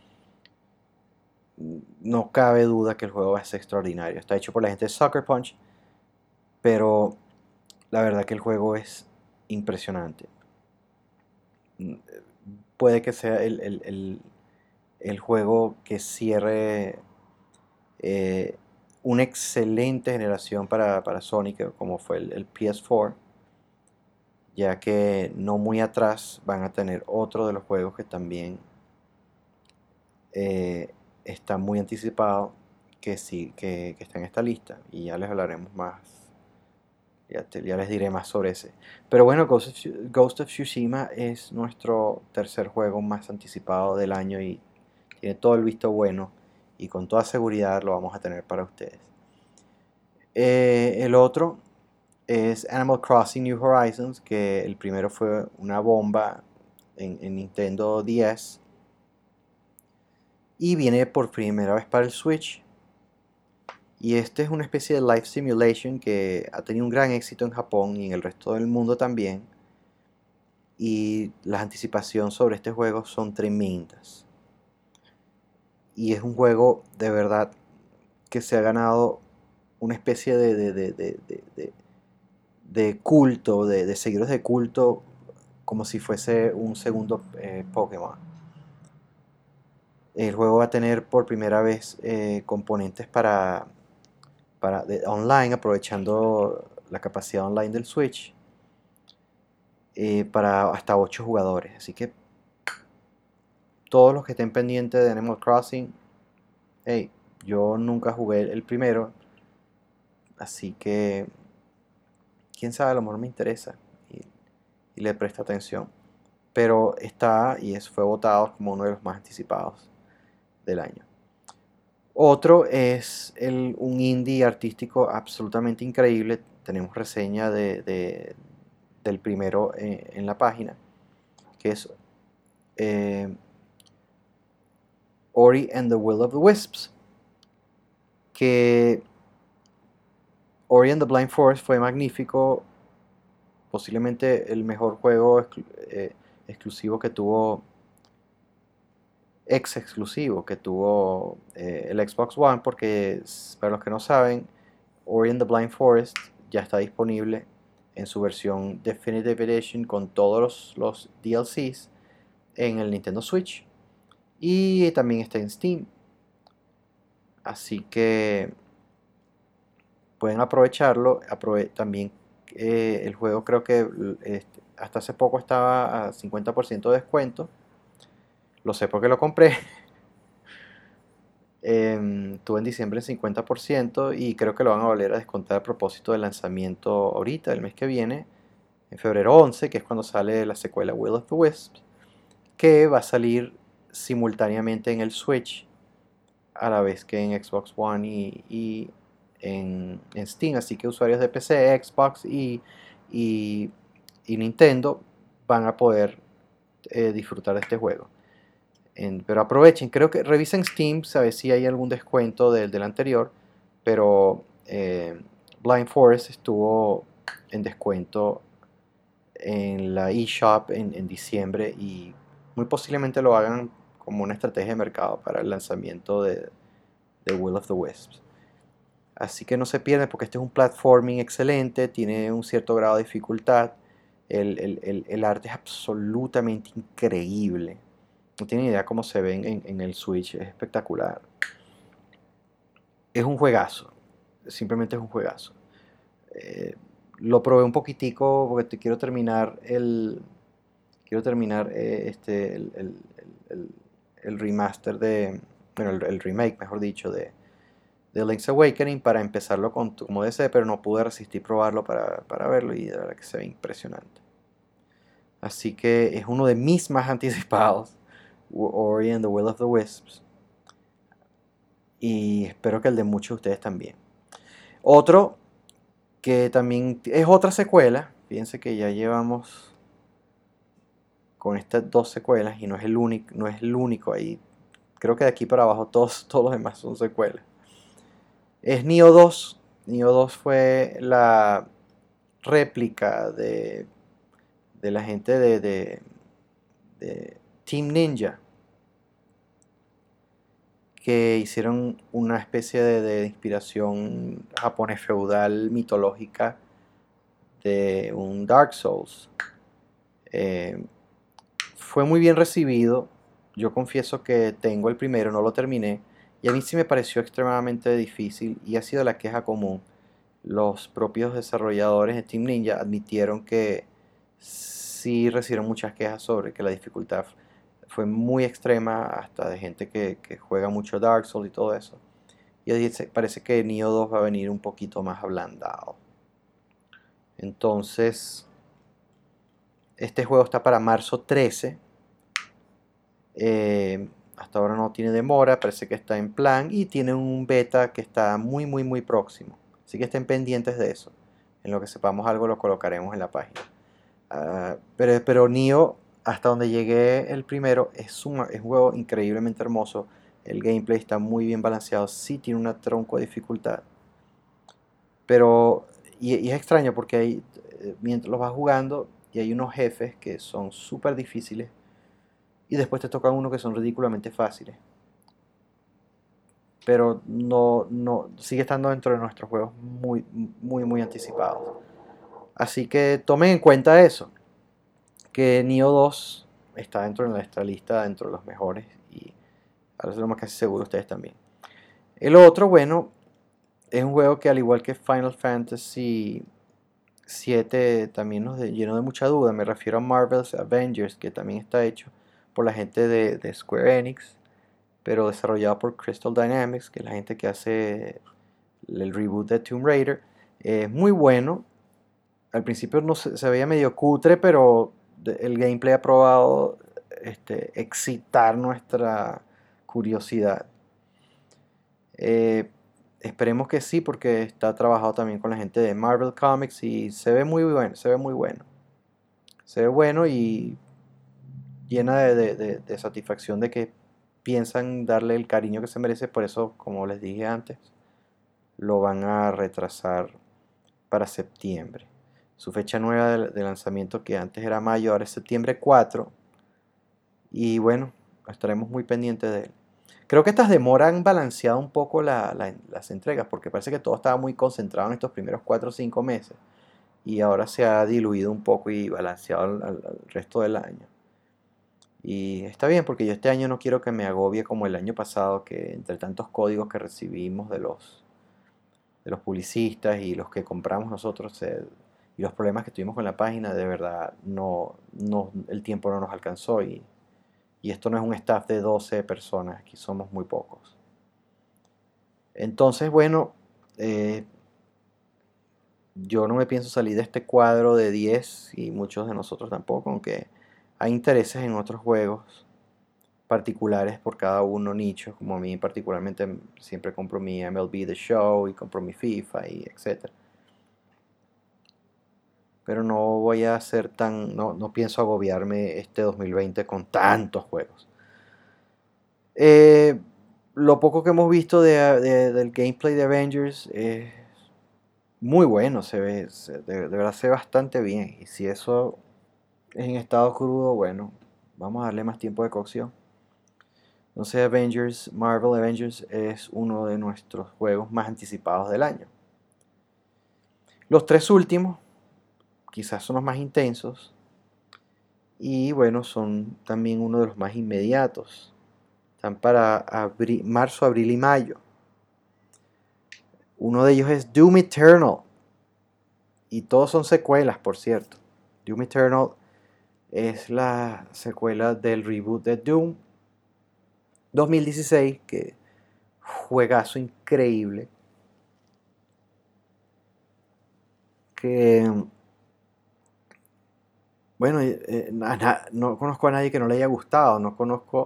no cabe duda que el juego va a ser extraordinario. Está hecho por la gente de Sucker Punch, pero la verdad que el juego es impresionante. Puede que sea el juego que cierre una excelente generación para Sonic, como fue el PS4, ya que no muy atrás van a tener otro de los juegos que también está muy anticipado, que sí, que está en esta lista, y ya les hablaremos más, ya les diré más sobre ese. Pero bueno, Ghost of Tsushima es nuestro tercer juego más anticipado del año y tiene todo el visto bueno, y con toda seguridad lo vamos a tener para ustedes. El otro es Animal Crossing New Horizons, que el primero fue una bomba en Nintendo DS y viene por primera vez para el Switch. Y este es una especie de life simulation que ha tenido un gran éxito en Japón y en el resto del mundo también. Y las anticipaciones sobre este juego son tremendas. Y es un juego de verdad que se ha ganado una especie de culto, de seguidores de culto, como si fuese un segundo Pokémon. El juego va a tener por primera vez componentes online, aprovechando la capacidad online del Switch. para hasta 8 jugadores. Así que todos los que estén pendientes de Animal Crossing, hey, yo nunca jugué el primero, así que quién sabe, a lo mejor me interesa y le presta atención. Pero está y fue votado como uno de los más anticipados del año. Otro es un indie artístico absolutamente increíble. Tenemos reseña del primero en la página, que es Ori and the Will of the Wisps. Que Ori and the Blind Forest fue magnífico, posiblemente el mejor juego exclusivo que tuvo, ex exclusivo que tuvo el Xbox One, porque para los que no saben, Ori and the Blind Forest ya está disponible en su versión Definitive Edition con todos los DLCs en el Nintendo Switch y también está en Steam. Así que pueden aprovecharlo. También el juego creo que hasta hace poco estaba a 50% de descuento. Lo sé porque lo compré. Tuve en diciembre el 50% y creo que lo van a volver a descontar a propósito del lanzamiento ahorita, el mes que viene, en febrero 11, que es cuando sale la secuela Will of the Wisps, que va a salir simultáneamente en el Switch a la vez que en Xbox One y en Steam. Así que usuarios de PC, Xbox y Nintendo van a poder disfrutar de este juego. Pero aprovechen, creo que revisen Steam, sabes si hay algún descuento del anterior, pero Blind Forest estuvo en descuento en la eShop en diciembre y muy posiblemente lo hagan como una estrategia de mercado para el lanzamiento de Will of the Wisps. Así que no se pierden porque este es un platforming excelente, tiene un cierto grado de dificultad, el arte es absolutamente increíble. No tienen idea cómo se ven en el Switch, es espectacular. Es un juegazo, simplemente es un juegazo. Lo probé un poquitico porque quiero terminar el remaster bueno, el remake, mejor dicho, de Link's Awakening para empezarlo como DC, pero no pude resistir probarlo para verlo y de verdad que se ve impresionante. Así que es uno de mis más anticipados, Ori and the Will of the Wisps. Y espero que el de muchos de ustedes también. Otro que también es otra secuela. Fíjense que ya llevamos con estas dos secuelas y no es el único ahí. Creo que de aquí para abajo todos los demás son secuelas. Es Nioh 2. Nioh 2 fue la réplica de la gente de Team Ninja, que hicieron una especie de inspiración japonés feudal mitológica de un Dark Souls. Fue muy bien recibido. Yo confieso que tengo el primero, no lo terminé, y a mí sí me pareció extremadamente difícil y ha sido la queja común. Los propios desarrolladores de Team Ninja admitieron que sí recibieron muchas quejas sobre que la dificultad fue muy extrema, hasta de gente que juega mucho Dark Souls y todo eso. Y parece que Nioh 2 va a venir un poquito más ablandado. Entonces, este juego está para marzo 13. Hasta ahora no tiene demora, parece que está en plan y tiene un beta que está muy muy muy próximo. Así que estén pendientes de eso. En lo que sepamos algo lo colocaremos en la página. Pero Nioh, hasta donde llegué el primero, es un juego increíblemente hermoso. El gameplay está muy bien balanceado. Sí tiene una tronco de dificultad. Pero, y es extraño porque mientras los vas jugando y hay unos jefes que son súper difíciles y después te tocan unos que son ridículamente fáciles. Pero no sigue estando dentro de nuestros juegos muy, muy, muy anticipados. Así que tomen en cuenta eso, que Nioh 2 está dentro de nuestra lista, dentro de los mejores, y ahora estamos casi seguros ustedes también. El otro, bueno, es un juego que al igual que Final Fantasy 7 también nos llenó de mucha duda. Me refiero a Marvel's Avengers, que también está hecho por la gente de Square Enix, pero desarrollado por Crystal Dynamics, que es la gente que hace el reboot de Tomb Raider. Es muy bueno. Al principio no se veía medio cutre, pero el gameplay ha probado excitar nuestra curiosidad. Eh, Esperemos que sí, porque está trabajado también con la gente de Marvel Comics y se ve muy bueno, se ve muy bueno. Se ve bueno y llena de satisfacción de que piensan darle el cariño que se merece. Por eso, como les dije antes, lo van a retrasar para septiembre. Su fecha nueva de lanzamiento, que antes era mayo, ahora es septiembre 4. Y bueno, estaremos muy pendientes de él. Creo que estas demoras han balanceado un poco las entregas, porque parece que todo estaba muy concentrado en estos primeros 4 o 5 meses. Y ahora se ha diluido un poco y balanceado al resto del año. Y está bien, porque yo este año no quiero que me agobie como el año pasado, que entre tantos códigos que recibimos de los publicistas y los que compramos nosotros, y los problemas que tuvimos con la página, de verdad el tiempo no nos alcanzó. Y esto no es un staff de 12 personas, aquí somos muy pocos. Entonces, bueno, eh, yo no me pienso salir de este cuadro de 10 y muchos de nosotros tampoco, aunque hay intereses en otros juegos particulares por cada uno, nichos, como a mí particularmente siempre compro mi MLB The Show y compro mi FIFA y etcétera. Pero no voy a ser no pienso agobiarme este 2020 con tantos juegos. Eh, lo poco que hemos visto del gameplay de Avengers es muy bueno, de verdad se ve bastante bien. Y si eso es en estado crudo, bueno, vamos a darle más tiempo de cocción. Entonces Marvel Avengers es uno de nuestros juegos más anticipados del año. Los 3 últimos quizás son los más intensos y bueno, son también uno de los más inmediatos. Están para marzo, abril y mayo. Uno de ellos es Doom Eternal. Y todos son secuelas, por cierto. Doom Eternal es la secuela del reboot de Doom 2016, que juegazo increíble. Que, bueno, no conozco a nadie que no le haya gustado. No conozco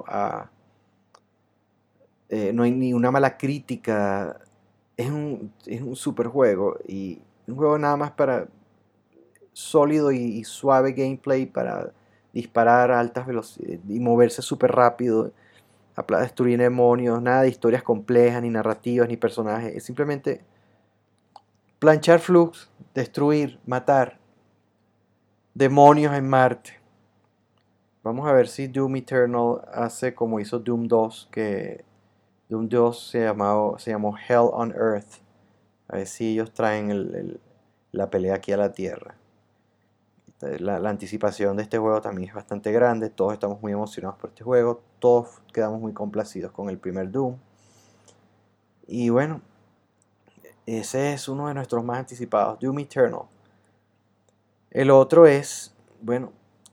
no hay ni una mala crítica. Es un super juego. Y un juego nada más para sólido y suave gameplay para disparar a altas velocidades y moverse súper rápido, destruir demonios, nada de historias complejas, ni narrativas, ni personajes. Es simplemente planchar flux, destruir, matar demonios en Marte. Vamos a ver si Doom Eternal hace como hizo Doom 2, que Doom 2 se llamó Hell on Earth. A ver si ellos traen la pelea aquí a la Tierra. La anticipación de este juego también es bastante grande. Todos estamos muy emocionados por este juego. Todos quedamos muy complacidos con el primer Doom. Y bueno, ese es uno de nuestros más anticipados, Doom Eternal. El otro es, bueno,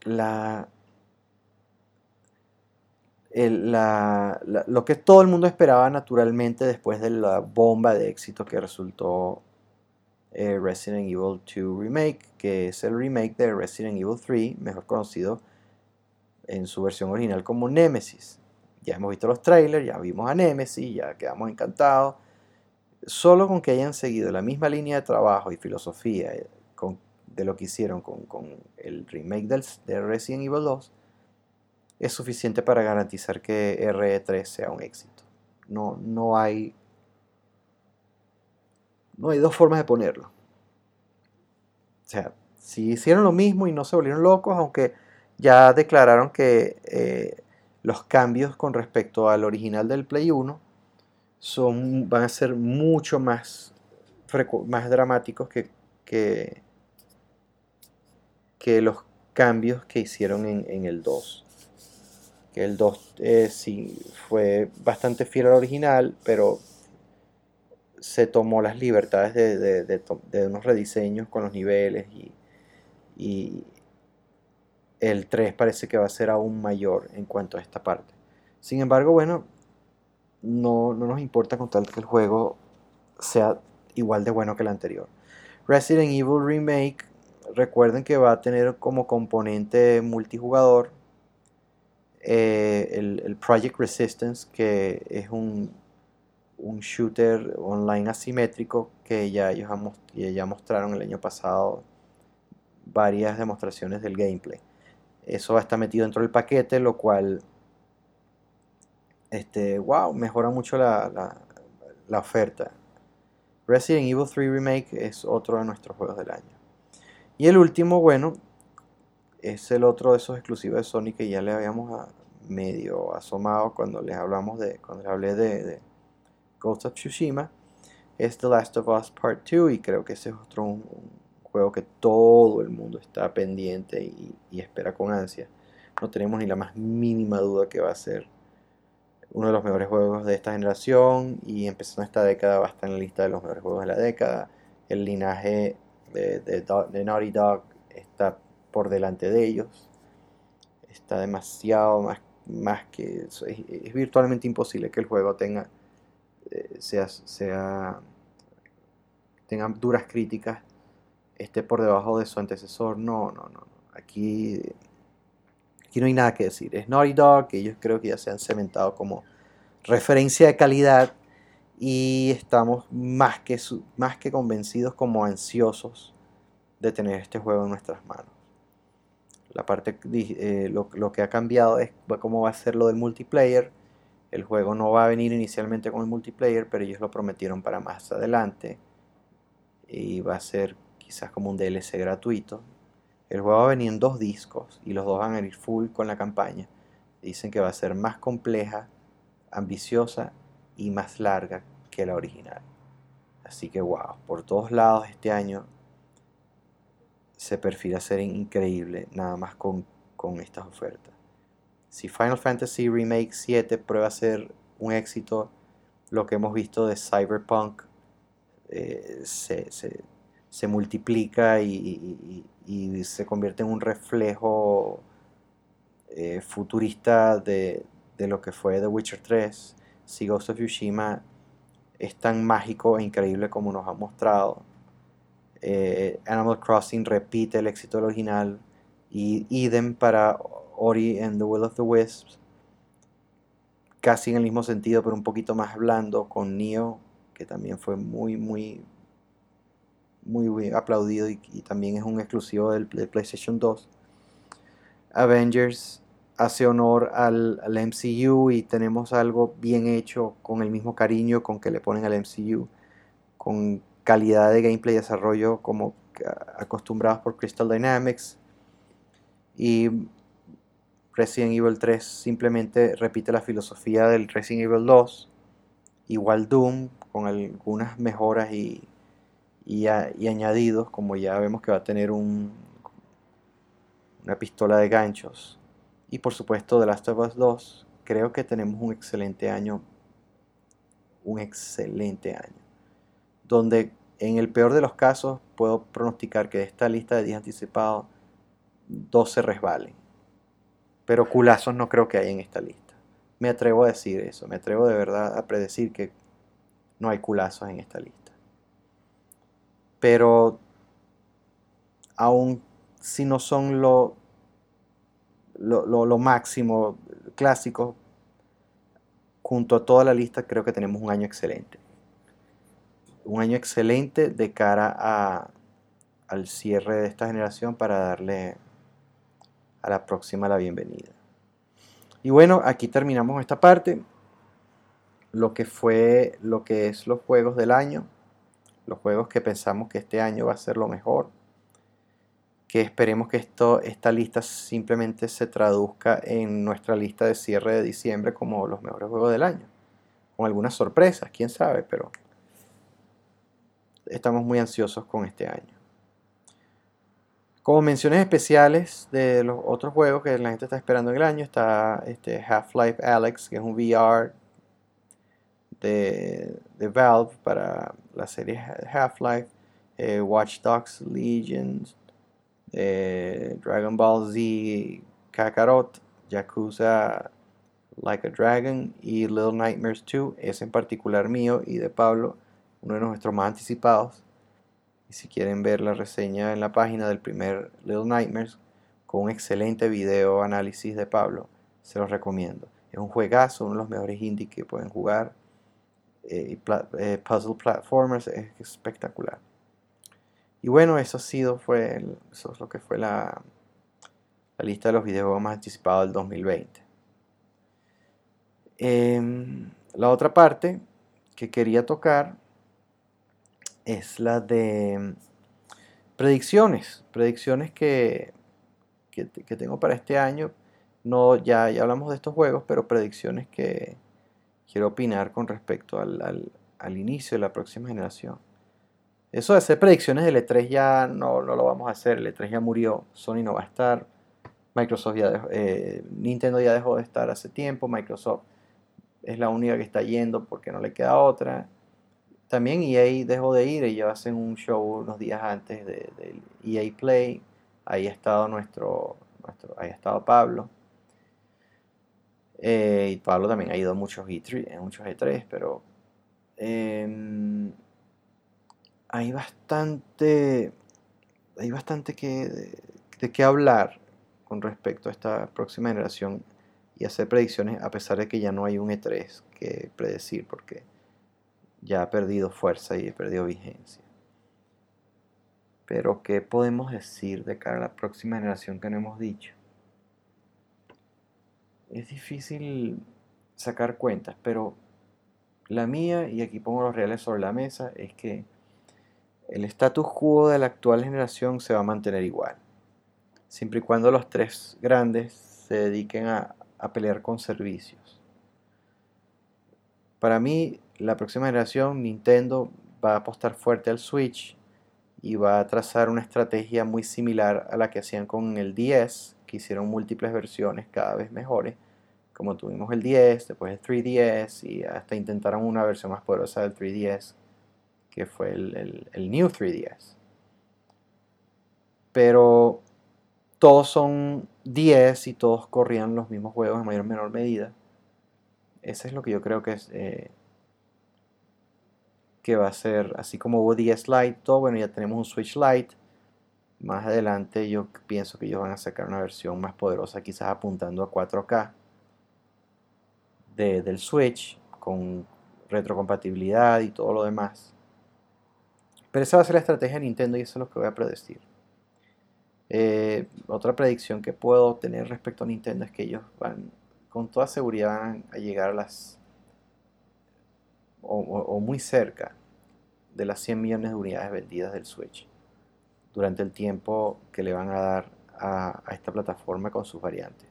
lo que todo el mundo esperaba naturalmente después de la bomba de éxito que resultó Resident Evil 2 Remake, que es el remake de Resident Evil 3, mejor conocido en su versión original como Nemesis. Ya hemos visto los trailers, ya vimos a Nemesis, ya quedamos encantados. Solo con que hayan seguido la misma línea de trabajo y filosofía de lo que hicieron con el remake de Resident Evil 2, es suficiente para garantizar que RE3 sea un éxito. No hay dos formas de ponerlo. O sea, si hicieron lo mismo y no se volvieron locos, aunque ya declararon que los cambios con respecto al original del Play 1 van a ser mucho más dramáticos que, que los cambios que hicieron en el 2. Que el 2 sí fue bastante fiel al original, pero se tomó las libertades de unos rediseños con los niveles y el 3 parece que va a ser aún mayor en cuanto a esta parte. Sin embargo, bueno, no nos importa con tal que el juego sea igual de bueno que el anterior. Resident Evil Remake, recuerden que va a tener como componente multijugador el Project Resistance, que es un shooter online asimétrico que ya mostraron el año pasado varias demostraciones del gameplay. Eso va a estar metido dentro del paquete, lo cual, wow, mejora mucho la oferta. Resident Evil 3 Remake es otro de nuestros juegos del año. Y el último, bueno, es el otro de esos exclusivos de Sony que ya le habíamos medio asomado cuando les hablé de Ghost of Tsushima. Es The Last of Us Part 2 y creo que ese es otro un juego que todo el mundo está pendiente y espera con ansia. No tenemos ni la más mínima duda que va a ser uno de los mejores juegos de esta generación y empezando esta década va a estar en la lista de los mejores juegos de la década. El linaje de Naughty Dog está por delante de ellos. Está demasiado más que... Es virtualmente imposible que el juego eh, sea, sea, tenga duras críticas, esté por debajo de su antecesor. No. Aquí no hay nada que decir. Es Naughty Dog, que ellos creo que ya se han cementado como referencia de calidad y estamos más que convencidos como ansiosos de tener este juego en nuestras manos. Lo que ha cambiado es cómo va a ser lo del multiplayer. El juego no va a venir inicialmente con el multiplayer, pero ellos lo prometieron para más adelante y va a ser quizás como un DLC gratuito. El juego va a venir en 2 discos y los dos van a ir full con la campaña. Dicen que va a ser más compleja, ambiciosa y más larga que la original. Así que wow, por todos lados este año se perfila ser increíble nada más con estas ofertas. Si Final Fantasy Remake 7 prueba a ser un éxito, lo que hemos visto de Cyberpunk eh, se, se- se multiplica y se convierte en un reflejo futurista de lo que fue The Witcher 3. Si Ghost of Tsushima es tan mágico e increíble como nos ha mostrado, Animal Crossing repite el éxito del original y idem para Ori and the Will of the Wisps, casi en el mismo sentido pero un poquito más blando con Nioh, que también fue muy aplaudido y también es un exclusivo del PlayStation 2. Avengers hace honor al MCU y tenemos algo bien hecho con el mismo cariño con que le ponen al MCU, con calidad de gameplay y desarrollo como acostumbrados por Crystal Dynamics. Y Resident Evil 3 simplemente repite la filosofía del Resident Evil 2, igual Doom, con algunas mejoras y añadidos, como ya vemos que va a tener una pistola de ganchos. Y por supuesto The Last of Us 2, creo que tenemos un excelente año, donde en el peor de los casos puedo pronosticar que de esta lista de 10 anticipados, 2 se resbalen. Pero culazos no creo que haya en esta lista. Me atrevo a decir eso, me atrevo de verdad a predecir que no hay culazos en esta lista. Pero aún si no son lo máximo clásico, junto a toda la lista creo que tenemos un año excelente. Un año excelente de cara al cierre de esta generación para darle a la próxima la bienvenida. Y bueno, aquí terminamos esta parte. Lo que es los juegos del año. Los juegos que pensamos que este año va a ser lo mejor. Que esperemos que esta lista simplemente se traduzca en nuestra lista de cierre de diciembre como los mejores juegos del año. Con algunas sorpresas, quién sabe, pero estamos muy ansiosos con este año. Como menciones especiales de los otros juegos que la gente está esperando en el año, está Half-Life Alyx, que es un VR de Valve para la serie Half-Life, Watch Dogs Legion, Dragon Ball Z Kakarot, Yakuza Like a Dragon y Little Nightmares 2, ese en particular mío y de Pablo, uno de nuestros más anticipados. Y si quieren ver la reseña en la página del primer Little Nightmares, con un excelente video análisis de Pablo, se los recomiendo. Es un juegazo, uno de los mejores indie que pueden jugar. Puzzle platformers, es espectacular. Y bueno, eso es lo que fue la lista de los videojuegos más anticipados del 2020. La otra parte que quería tocar es la de predicciones que tengo para este año. No, ya hablamos de estos juegos, pero predicciones que quiero opinar con respecto al inicio de la próxima generación. Eso de hacer predicciones del E3 ya no lo vamos a hacer. El E3 ya murió, Sony no va a estar, Microsoft ya Nintendo ya dejó de estar hace tiempo, Microsoft es la única que está yendo porque no le queda otra. También EA dejó de ir, ellos hacen un show unos días antes del EA Play. Ahí ha estado ahí ha estado Pablo. Y Pablo también ha ido a muchos E3, pero hay bastante de qué hablar con respecto a esta próxima generación y hacer predicciones, a pesar de que ya no hay un E3 que predecir, porque ya ha perdido fuerza y ha perdido vigencia. Pero ¿qué podemos decir de cara a la próxima generación que no hemos dicho? Es difícil sacar cuentas, pero la mía, y aquí pongo los reales sobre la mesa, es que el status quo de la actual generación se va a mantener igual, siempre y cuando los tres grandes se dediquen a pelear con servicios. Para mí, la próxima generación, Nintendo va a apostar fuerte al Switch y va a trazar una estrategia muy similar a la que hacían con el 10, que hicieron múltiples versiones cada vez mejores, como tuvimos el 10, después el 3DS y hasta intentaron una versión más poderosa del 3DS, que fue el New 3DS. Pero todos son 10 y todos corrían los mismos juegos en mayor o menor medida. Eso es lo que yo creo que va a ser, así como hubo 10 Lite, todo, bueno, ya tenemos un Switch Lite. Más adelante yo pienso que ellos van a sacar una versión más poderosa, quizás apuntando a 4K del Switch, con retrocompatibilidad y todo lo demás. Pero esa va a ser la estrategia de Nintendo y eso es lo que voy a predecir. Otra predicción que puedo tener respecto a Nintendo es que ellos con toda seguridad van a llegar a las o muy cerca de las 100 millones de unidades vendidas del Switch durante el tiempo que le van a dar a esta plataforma con sus variantes.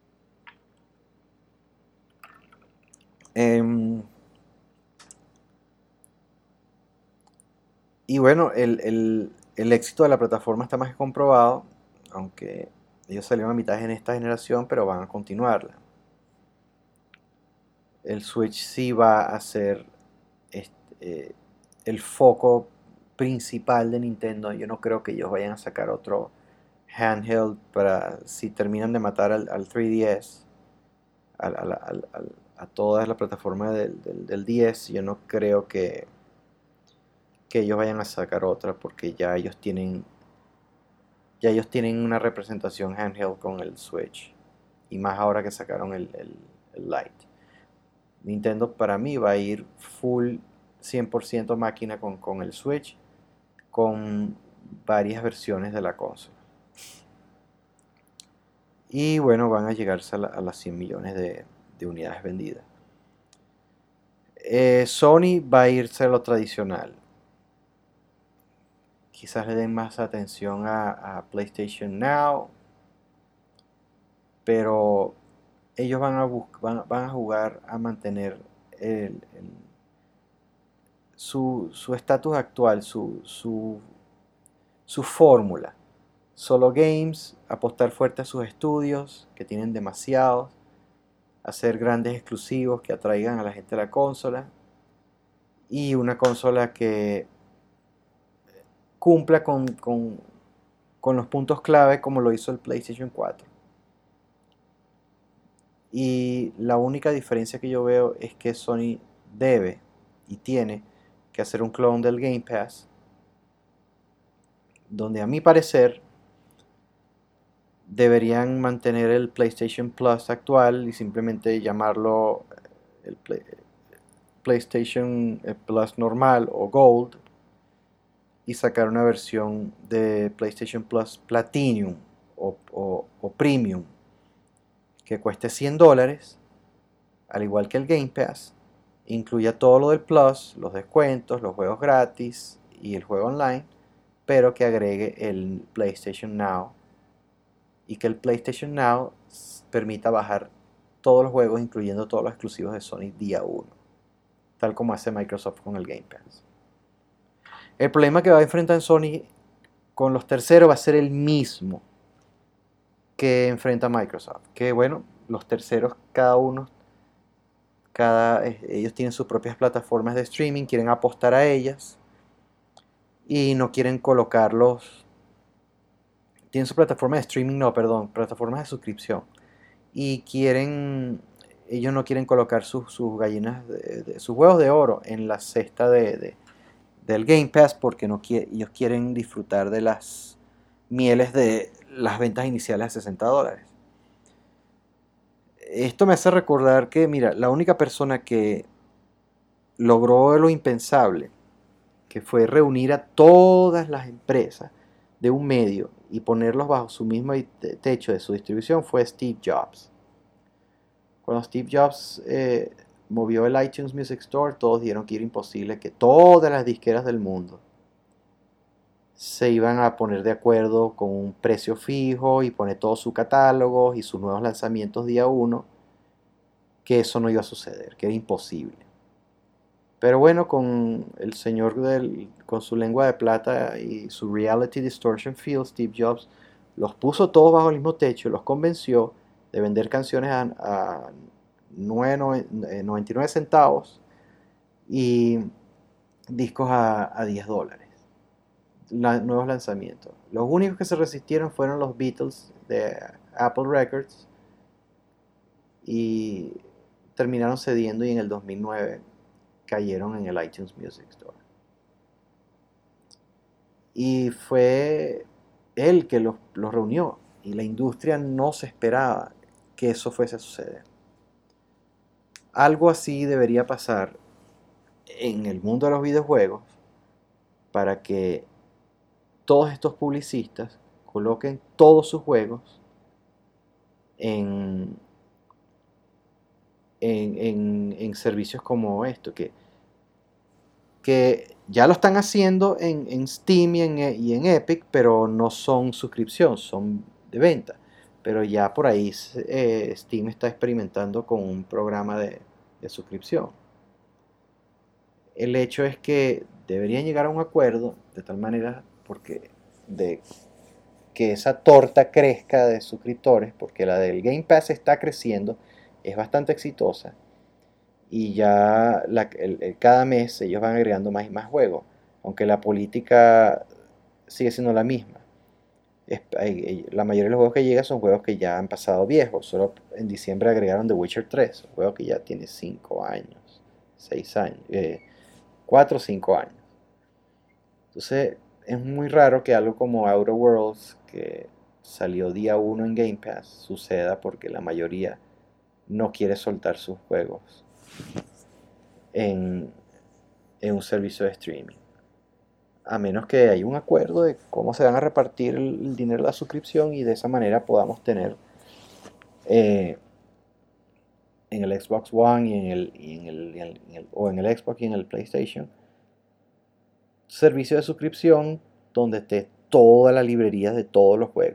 Y bueno, el éxito de la plataforma está más que comprobado, aunque ellos salieron a mitad en esta generación, pero van a continuarla. El Switch sí va a ser el foco principal de Nintendo. Yo no creo que ellos vayan a sacar otro handheld para si terminan de matar al 3DS, a toda la plataforma del 10. Yo no creo que ellos vayan a sacar otra porque ya ellos tienen una representación handheld con el Switch, y más ahora que sacaron el Lite. Nintendo para mí va a ir full 100% máquina con el Switch, con varias versiones de la consola. Y bueno, van a llegarse a las 100 millones de unidades vendidas. Sony va a irse a lo tradicional. Quizás le den más atención a PlayStation Now, pero ellos van a jugar a mantener su estatus actual, su fórmula. Solo games, apostar fuerte a sus estudios, que tienen demasiados, hacer grandes exclusivos que atraigan a la gente a la consola, y una consola que cumpla con los puntos clave como lo hizo el PlayStation 4. Y la única diferencia que yo veo es que Sony debe y tiene que hacer un clon del Game Pass, donde a mi parecer deberían mantener el PlayStation Plus actual y simplemente llamarlo el PlayStation Plus normal o Gold, y sacar una versión de PlayStation Plus Platinum o Premium que cueste $100, al igual que el Game Pass, incluya todo lo del Plus, los descuentos, los juegos gratis y el juego online, pero que agregue el PlayStation Now, y que el PlayStation Now permita bajar todos los juegos, incluyendo todos los exclusivos de Sony día 1, tal como hace Microsoft con el Game Pass. El problema que va a enfrentar Sony con los terceros va a ser el mismo que enfrenta Microsoft. Que bueno, los terceros cada uno, ellos tienen sus propias plataformas de streaming, quieren apostar a ellas y no quieren colocarlos. Tienen su plataforma de streaming, no, perdón, plataformas de suscripción. Y ellos no quieren colocar sus gallinas, sus huevos de oro en la cesta del Game Pass, porque ellos quieren disfrutar de las mieles de las ventas iniciales a $60. Esto me hace recordar que, mira, la única persona que logró lo impensable, que fue reunir a todas las empresas de un medio y ponerlos bajo su mismo techo de su distribución, fue Steve Jobs. Cuando Steve Jobs movió el iTunes Music Store, todos dijeron que era imposible que todas las disqueras del mundo se iban a poner de acuerdo con un precio fijo y poner todos sus catálogos y sus nuevos lanzamientos día 1, que eso no iba a suceder, que era imposible. Pero bueno, con el señor con su lengua de plata y su Reality Distortion Field, Steve Jobs los puso todos bajo el mismo techo, los convenció de vender canciones a 99 centavos y discos a $10. Nuevos lanzamientos. Los únicos que se resistieron fueron los Beatles de Apple Records y terminaron cediendo, y en el 2009 cayeron en el iTunes Music Store. Y fue él que los reunió, y la industria no se esperaba que eso fuese a suceder. Algo así debería pasar en el mundo de los videojuegos para que todos estos publicistas coloquen todos sus juegos en, en servicios como esto, que ya lo están haciendo en Steam y en Epic, pero no son suscripción, son de venta. Pero ya por ahí Steam está experimentando con un programa de suscripción. El hecho es que deberían llegar a un acuerdo de tal manera de que esa torta crezca de suscriptores, porque la del Game Pass está creciendo, es bastante exitosa, y ya cada mes ellos van agregando más y más juegos, aunque la política sigue siendo la misma. La mayoría de los juegos que llegan son juegos que ya han pasado viejos. Solo en diciembre agregaron The Witcher 3, un juego que ya tiene 5 años, 6 años, 4 o 5 años. Entonces es muy raro que algo como Outer Worlds, que salió día 1 en Game Pass, suceda, porque la mayoría no quiere soltar sus juegos en, en un servicio de streaming. A menos que haya un acuerdo de cómo se van a repartir el dinero de la suscripción, y de esa manera podamos tener eh, en el Xbox One o en el Xbox y en el PlayStation servicio de suscripción donde esté toda la librería de todos los juegos.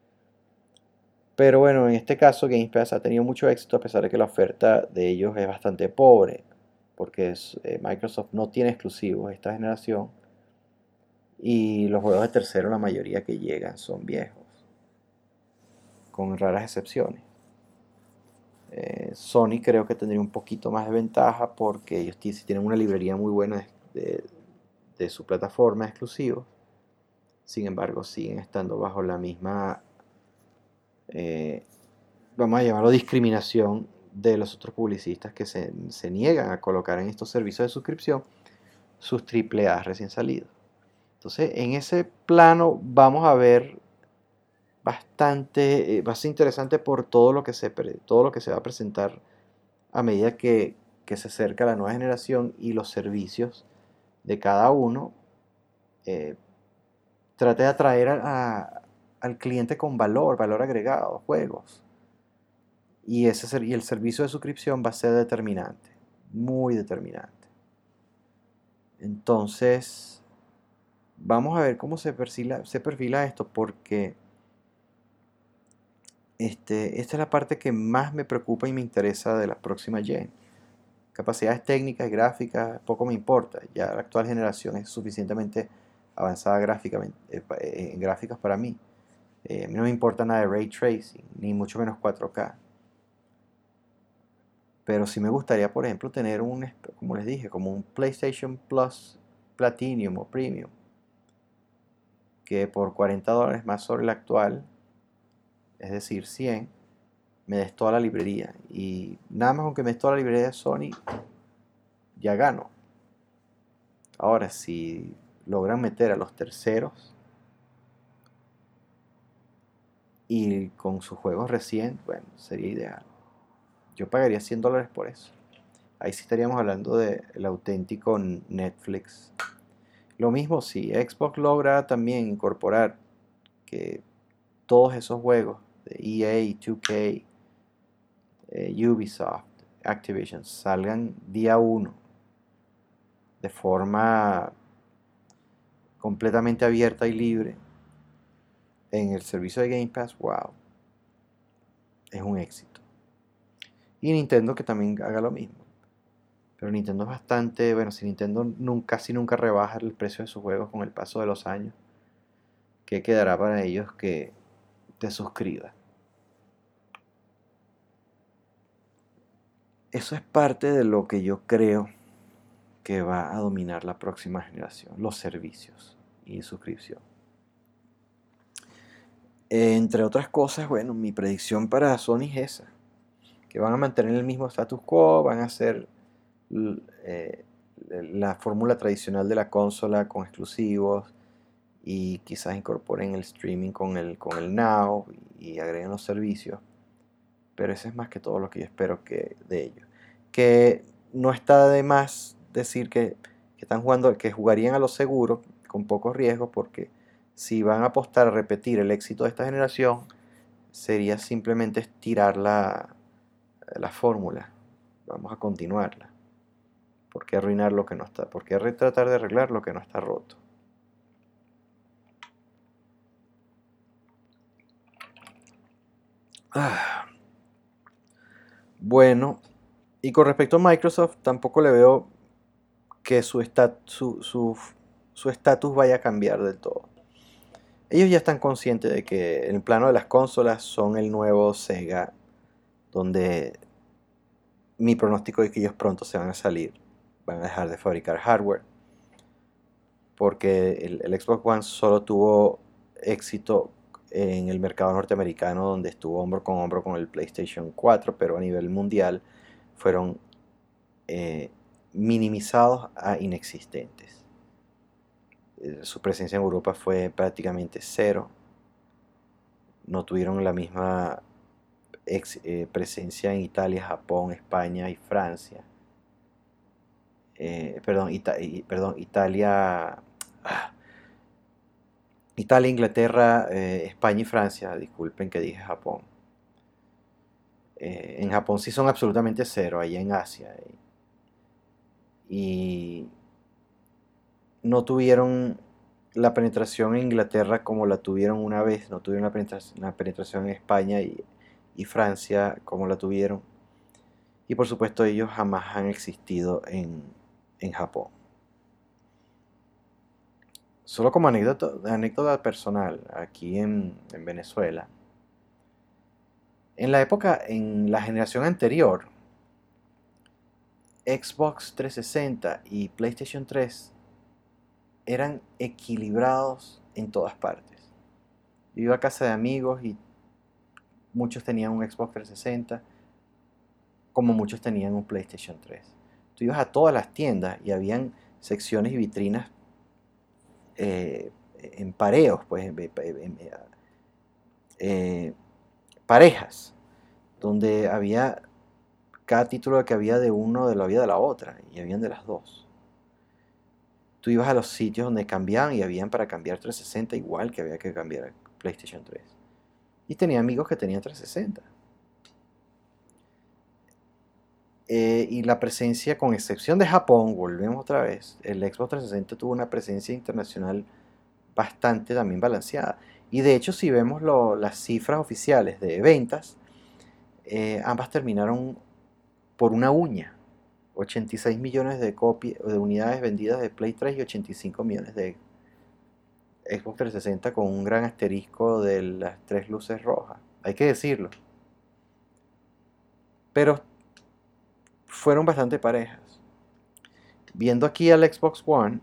Pero bueno, en este caso Game Pass ha tenido mucho éxito, a pesar de que la oferta de ellos es bastante pobre, porque Microsoft no tiene exclusivos esta generación, y los juegos de tercero, la mayoría que llegan son viejos, con raras excepciones. Sony creo que tendría un poquito más de ventaja porque ellos sí tienen una librería muy buena de su plataforma exclusiva. Sin embargo, siguen estando bajo la misma, eh, vamos a llamarlo discriminación de los otros publicistas que se niegan a colocar en estos servicios de suscripción sus triple A recién salidos. Entonces, en ese plano vamos a ver bastante, va a ser interesante por todo lo que se va a presentar a medida que se acerca la nueva generación y los servicios de cada uno. eh, Trate de atraer al cliente con valor agregado, juegos. Y el servicio de suscripción va a ser determinante, muy determinante. Entonces, vamos a ver cómo se perfila esto, porque esta es la parte que más me preocupa y me interesa de la próxima gen. Capacidades técnicas y gráficas, poco me importa. Ya la actual generación es suficientemente avanzada gráficamente, en gráficas para mí. A mí no me importa nada de ray tracing, ni mucho menos 4K. Pero sí me gustaría, por ejemplo, tener como les dije, como un PlayStation Plus Platinum o Premium, que por $40 más sobre el actual, es decir, 100, me des toda la librería. Y nada más aunque me des toda la librería de Sony, ya gano. Ahora, si logran meter a los terceros y con sus juegos recientes, bueno, sería ideal. Yo pagaría $100 por eso. Ahí sí estaríamos hablando del auténtico Netflix. Lo mismo si Xbox logra también incorporar que todos esos juegos de EA, 2K, Ubisoft, Activision salgan día 1 de forma completamente abierta y libre en el servicio de Game Pass, wow, es un éxito. Y Nintendo que también haga lo mismo. Pero Nintendo es bastante, bueno, si Nintendo casi nunca rebaja el precio de sus juegos con el paso de los años, ¿qué quedará para ellos que te suscribas? Eso es parte de lo que yo creo que va a dominar la próxima generación, los servicios y suscripción. Entre otras cosas, bueno, mi predicción para Sony es esa, que van a mantener el mismo status quo, van a hacer eh, la fórmula tradicional de la consola con exclusivos y quizás incorporen el streaming con el Now y agreguen los servicios. Pero eso es más que todo lo que yo espero de ellos. Que no está de más decir que están jugando, que jugarían a lo seguro, con pocos riesgos, porque si van a apostar a repetir el éxito de esta generación, sería simplemente estirar la fórmula. Vamos a continuarla. ¿Por qué arruinar lo que no está? ¿Por qué tratar de arreglar lo que no está roto? Ah, bueno, y con respecto a Microsoft, tampoco le veo que su estatus vaya a cambiar del todo. Ellos ya están conscientes de que el plano de las consolas son el nuevo Sega, donde mi pronóstico es que ellos pronto se van a salir, van a dejar de fabricar hardware, porque el Xbox One solo tuvo éxito en el mercado norteamericano, donde estuvo hombro con el PlayStation 4, pero a nivel mundial fueron eh, minimizados a inexistentes. Su presencia en Europa fue prácticamente cero. No tuvieron la misma presencia en Italia, Japón, España y Francia. Italia, ah, Italia, Inglaterra, España y Francia. Disculpen que dije Japón. En Japón sí son absolutamente cero, allá en Asia. Y no tuvieron la penetración en Inglaterra como la tuvieron una vez, no tuvieron la penetración en España y Francia como la tuvieron. Y por supuesto ellos jamás han existido en Japón. Solo como anécdota personal, aquí en Venezuela, En la generación anterior, Xbox 360 y PlayStation 3 eran equilibrados en todas partes. Yo iba a casa de amigos y muchos tenían un Xbox 360, como muchos tenían un PlayStation 3. Tú ibas a todas las tiendas y habían secciones y vitrinas en pareos, pues parejas, donde había cada título que había de uno de la vida de la otra, y habían de las dos. Tú ibas a los sitios donde cambiaban y habían para cambiar 360 igual que había que cambiar PlayStation 3. Y tenía amigos que tenían 360. Y la presencia, con excepción de Japón, volvemos otra vez, el Xbox 360 tuvo una presencia internacional bastante también balanceada. Y de hecho, si vemos las cifras oficiales de ventas, ambas terminaron por una uña. 86 millones de unidades vendidas de Play 3 y 85 millones de Xbox 360, con un gran asterisco de las tres luces rojas. Hay que decirlo. Pero fueron bastante parejas. Viendo aquí al Xbox One,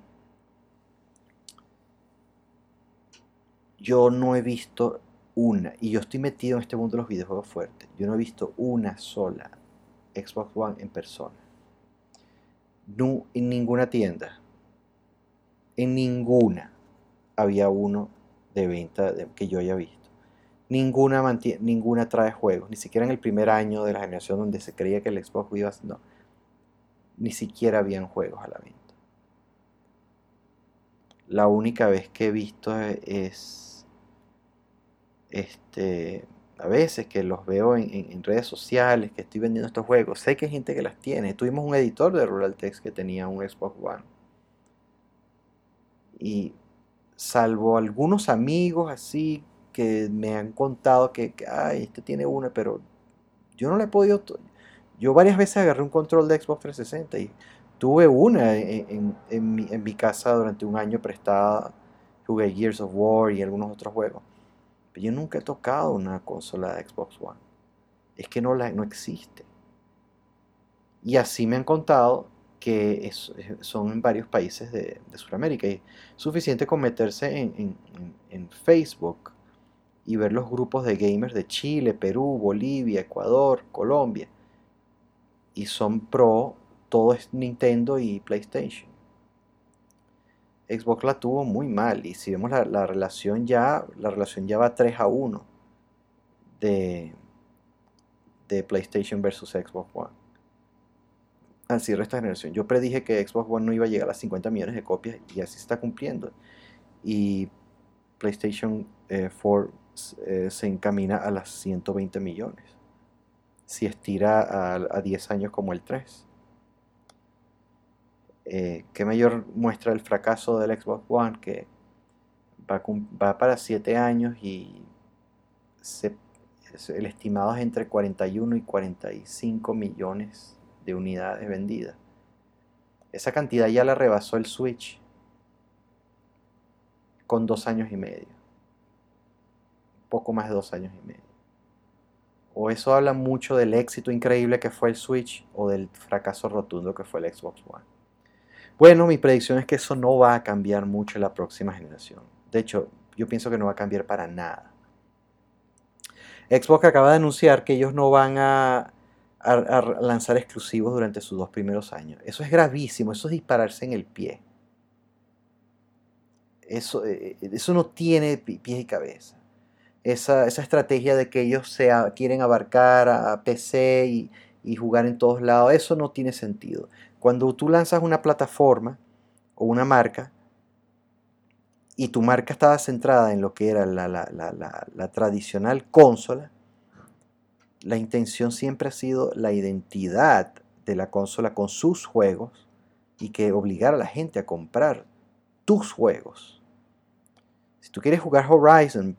yo no he visto una, y yo estoy metido en este mundo de los videojuegos fuerte, yo no he visto una sola Xbox One en persona. No, en ninguna tienda, en ninguna había uno de venta que yo haya visto. Ninguna trae juegos, ni siquiera en el primer año de la generación donde se creía que el Xbox iba a... No, ni siquiera habían juegos a la venta. La única vez que he visto es a veces que los veo en redes sociales, que estoy vendiendo estos juegos. Sé que hay gente que las tiene. Tuvimos un editor de Rural Text que tenía un Xbox One. Y salvo algunos amigos así que me han contado que ay, este tiene una, pero yo no le he podido... Yo varias veces agarré un control de Xbox 360 y tuve una en mi casa durante un año prestada. Jugué Gears of War y algunos otros juegos. Pero yo nunca he tocado una consola de Xbox One. Es que no existe. Y así me han contado que son en varios países de Sudamérica. Y es suficiente con meterse en Facebook y ver los grupos de gamers de Chile, Perú, Bolivia, Ecuador, Colombia. Y son pro, todo es Nintendo y PlayStation. Xbox la tuvo muy mal. Y si vemos la relación la relación ya va 3-1 de, de PlayStation versus Xbox One al cierre de esta generación. Yo predije que Xbox One no iba a llegar a las 50 millones de copias y así se está cumpliendo. Y PlayStation 4 se encamina a las 120 millones. Si estira a 10 años como el 3. ¿Qué mayor muestra el fracaso del Xbox One? Que va para 7 años y el estimado es entre 41 y 45 millones de unidades vendidas. Esa cantidad ya la rebasó el Switch con 2 años y medio. Poco más de 2 años y medio. O eso habla mucho del éxito increíble que fue el Switch o del fracaso rotundo que fue el Xbox One. Bueno, mi predicción es que eso no va a cambiar mucho en la próxima generación. De hecho, yo pienso que no va a cambiar para nada. Xbox acaba de anunciar que ellos no van a lanzar exclusivos durante sus 2 primeros años. Eso es gravísimo, eso es dispararse en el pie. Eso no tiene pies y cabeza. Esa estrategia de que ellos quieren abarcar a PC y jugar en todos lados, eso no tiene sentido. Cuando tú lanzas una plataforma o una marca y tu marca estaba centrada en lo que era la tradicional consola, la intención siempre ha sido la identidad de la consola con sus juegos y que obligar a la gente a comprar tus juegos. Si tú quieres jugar Horizon,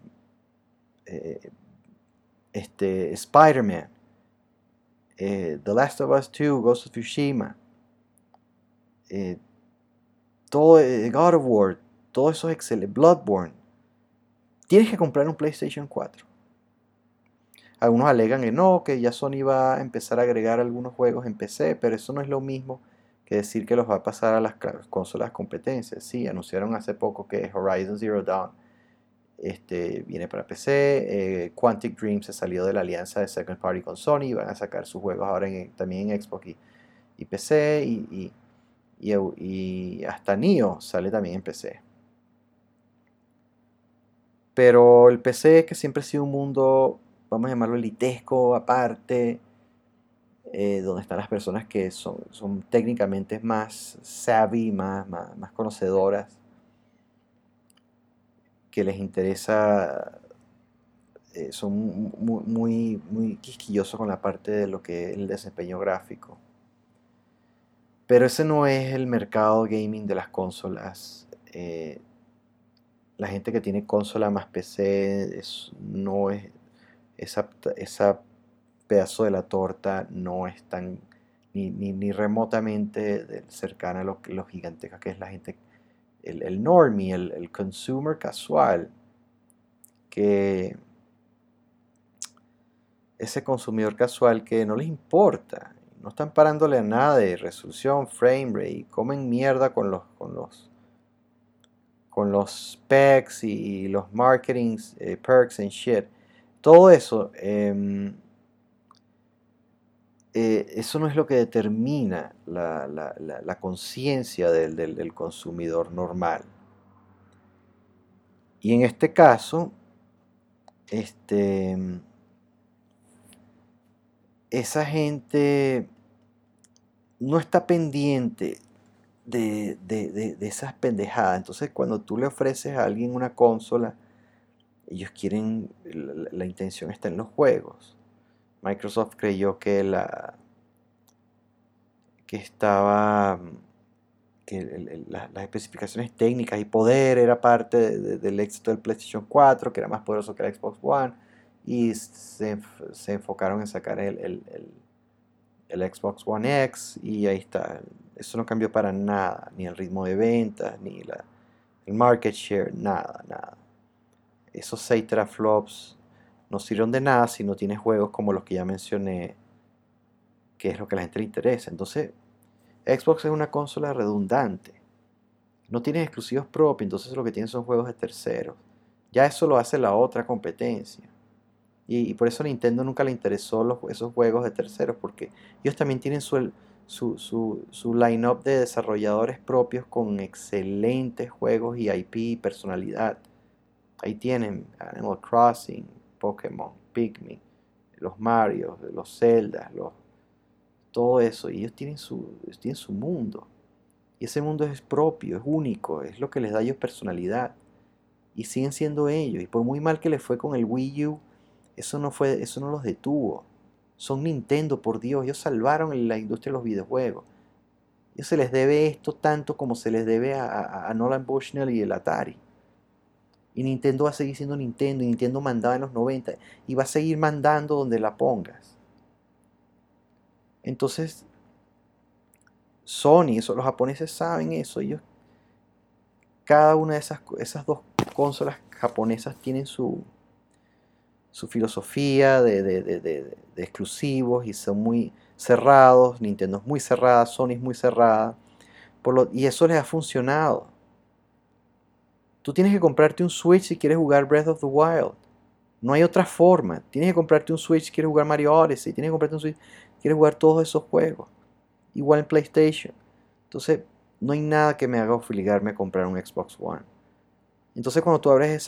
Spider-Man, The Last of Us 2, Ghost of Tsushima, todo God of War, todo eso es excelente, Bloodborne, tienes que comprar un PlayStation 4. Algunos alegan que no, que ya Sony va a empezar a agregar algunos juegos en PC, pero eso no es lo mismo que decir que los va a pasar a las consolas competencias. Sí, anunciaron hace poco que Horizon Zero Dawn viene para PC. Quantic Dream se salió de la alianza de Second Party con Sony. Van a sacar sus juegos ahora también en Xbox y PC. Y hasta Nioh sale también en PC. Pero el PC, que siempre ha sido un mundo, vamos a llamarlo elitesco, aparte, donde están las personas que son técnicamente más savvy, más conocedoras, que les interesa, son muy quisquillosos con la parte de lo que es el desempeño gráfico. Pero ese no es el mercado gaming de las consolas. La gente que tiene consola más PC no es esa pedazo de la torta, no es tan ni remotamente cercana a lo gigantesca que es la gente, el normie, el consumer casual, que ese consumidor casual que no les importa, no están parándole a nada de resolución, frame rate, comen mierda con los specs y los marketings, perks and shit. Todo eso, eso no es lo que determina la conciencia del consumidor normal. Y en este caso, esa gente no está pendiente de esas pendejadas. Entonces, cuando tú le ofreces a alguien una consola, ellos quieren, la intención está en los juegos. Microsoft creyó que las especificaciones técnicas y poder era parte del éxito del PlayStation 4, que era más poderoso que el Xbox One, y se enfocaron en sacar el Xbox One X, y ahí está. Eso no cambió para nada, ni el ritmo de ventas, ni el market share, nada. Esos 6 teraflops no sirven de nada si no tienes juegos como los que ya mencioné, que es lo que a la gente le interesa. Entonces, Xbox es una consola redundante. No tienes exclusivos propios, entonces lo que tienes son juegos de terceros. Ya eso lo hace la otra competencia. Y por eso a Nintendo nunca le interesó esos juegos de terceros, porque ellos también tienen su line-up de desarrolladores propios con excelentes juegos y IP y personalidad. Ahí tienen Animal Crossing, Pokémon, Pikmin, los Mario, los Zelda, todo eso. Y ellos tienen su mundo. Y ese mundo es propio, es único, es lo que les da a ellos personalidad. Y siguen siendo ellos. Y por muy mal que les fue con el Wii U, eso no los detuvo. Son Nintendo, por Dios. Ellos salvaron la industria de los videojuegos. Ellos se les debe esto tanto como se les debe a Nolan Bushnell y el Atari. Y Nintendo va a seguir siendo Nintendo. Y Nintendo mandaba en los 90. Y va a seguir mandando donde la pongas. Entonces, Sony, los japoneses saben eso. Cada una de esas dos consolas japonesas tienen su filosofía de exclusivos y son muy cerrados. Nintendo es muy cerrada, Sony es muy cerrada. Y eso les ha funcionado. Tú tienes que comprarte un Switch si quieres jugar Breath of the Wild. No hay otra forma. Tienes que comprarte un Switch si quieres jugar Mario Odyssey. Tienes que comprarte un Switch si quieres jugar todos esos juegos. Igual en PlayStation. Entonces, no hay nada que me haga obligarme a comprar un Xbox One. Entonces, cuando tú abres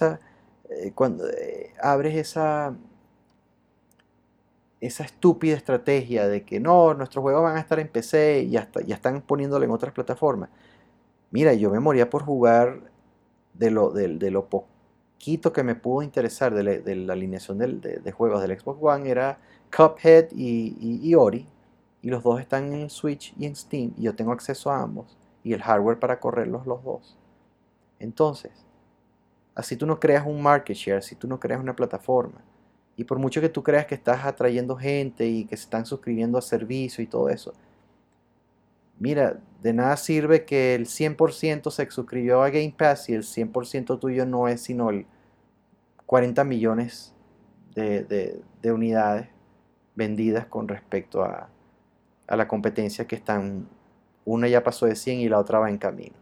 esa estúpida estrategia de que no, nuestros juegos van a estar en PC y ya están poniéndolo en otras plataformas. Mira, yo me moría por jugar de lo poquito que me pudo interesar de la alineación de juegos del Xbox One, era Cuphead y Ori. Y los dos están en Switch y en Steam. Y yo tengo acceso a ambos. Y el hardware para correrlos los dos. Entonces, así tú no creas un market share, así tú no creas una plataforma. Y por mucho que tú creas que estás atrayendo gente y que se están suscribiendo a servicio y todo eso, mira, de nada sirve que el 100% se suscribió a Game Pass y el 100% tuyo no es sino el 40 millones de unidades vendidas con respecto a la competencia que están, una ya pasó de 100 y la otra va en camino.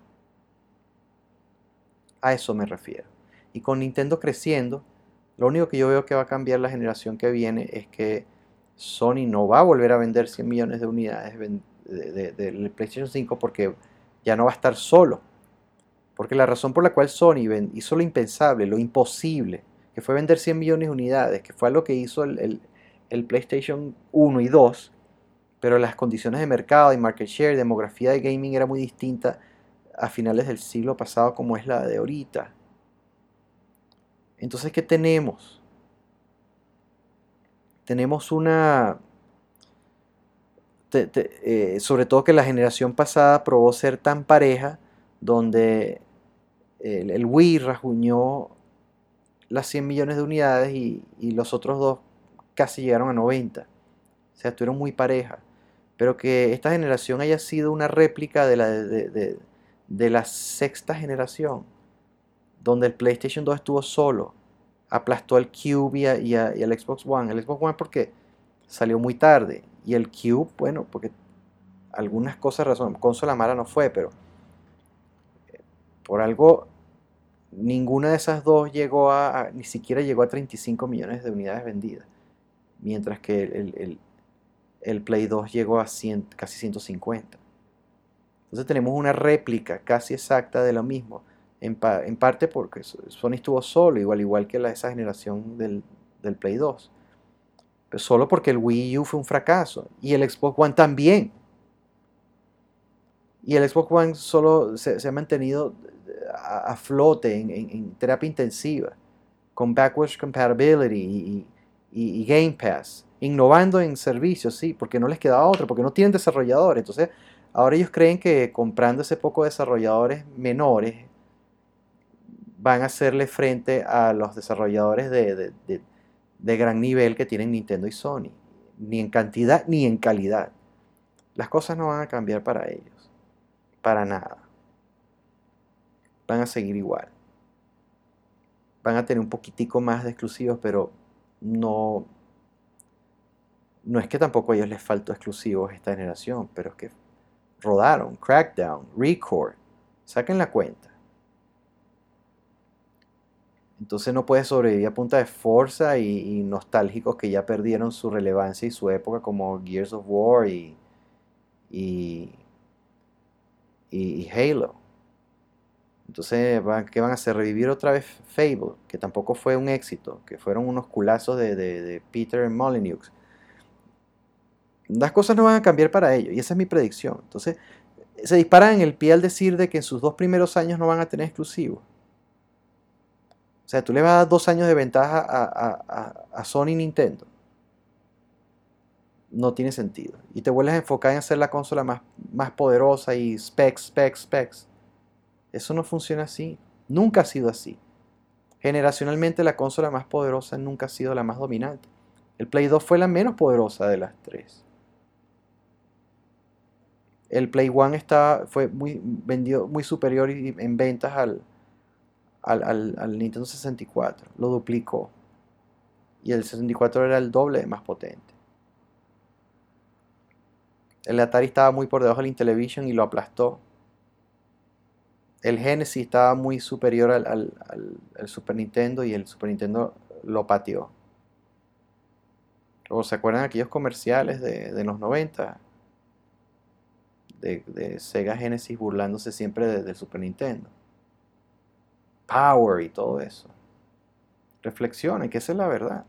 A eso me refiero. Y con Nintendo creciendo, lo único que yo veo que va a cambiar la generación que viene es que Sony no va a volver a vender 100 millones de unidades del PlayStation 5 porque ya no va a estar solo. Porque la razón por la cual Sony hizo lo impensable, lo imposible, que fue vender 100 millones de unidades, que fue lo que hizo el PlayStation 1 y 2, pero las condiciones de mercado y market share, demografía de gaming era muy distinta a finales del siglo pasado como es la de ahorita. Entonces, ¿qué tenemos? Tenemos una... sobre todo que la generación pasada probó ser tan pareja, donde el Wii rajuñó las 100 millones de unidades y los otros dos casi llegaron a 90. O sea, estuvieron muy parejas. Pero que esta generación haya sido una réplica de la sexta generación, donde el PlayStation 2 estuvo solo, aplastó al Cube y al Xbox One. El Xbox One porque salió muy tarde y el Cube, bueno, porque algunas cosas razón, consola mala no fue, pero por algo ninguna de esas dos llegó ni siquiera llegó a 35 millones de unidades vendidas, mientras que el Play 2 llegó a casi 150. Entonces tenemos una réplica casi exacta de lo mismo, en parte porque Sony estuvo solo, igual que esa generación del Play 2, pero solo porque el Wii U fue un fracaso, y el Xbox One también. Y el Xbox One solo se ha mantenido a flote en terapia intensiva, con backwards compatibility y Game Pass, innovando en servicios, sí, porque no les quedaba otro, porque no tienen desarrolladores. Entonces, ahora ellos creen que comprando ese poco de desarrolladores menores van a hacerle frente a los desarrolladores de gran nivel que tienen Nintendo y Sony, ni en cantidad ni en calidad. Las cosas no van a cambiar para ellos, para nada. Van a seguir igual. Van a tener un poquitico más de exclusivos, pero no, no es que tampoco a ellos les faltó exclusivos esta generación, pero es que rodaron, Crackdown, Record, saquen la cuenta. Entonces no puedes sobrevivir a punta de Forza y nostálgicos que ya perdieron su relevancia y su época como Gears of War y, y Halo. Entonces, ¿qué van a hacer? Revivir otra vez Fable, que tampoco fue un éxito, que fueron unos culazos de Peter Molyneux. Las cosas no van a cambiar para ellos, y esa es mi predicción. Entonces, se disparan en el pie al decir de que en sus 2 primeros años no van a tener exclusivos. O sea, tú le vas a dar 2 años de ventaja a Sony y Nintendo. No tiene sentido. Y te vuelves a enfocar en hacer la consola más poderosa y specs. Eso no funciona así. Nunca ha sido así. Generacionalmente la consola más poderosa nunca ha sido la más dominante. El Play 2 fue la menos poderosa de las tres. El Play 1 vendió muy superior en ventas al Nintendo 64. Lo duplicó. Y el 64 era el doble de más potente. El Atari estaba muy por debajo del Intellivision y lo aplastó. El Genesis estaba muy superior al Super Nintendo y el Super Nintendo lo pateó. ¿O se acuerdan aquellos comerciales de los 90? De Sega Genesis burlándose siempre del Super Nintendo. Power y todo eso. Reflexionen, que esa es la verdad.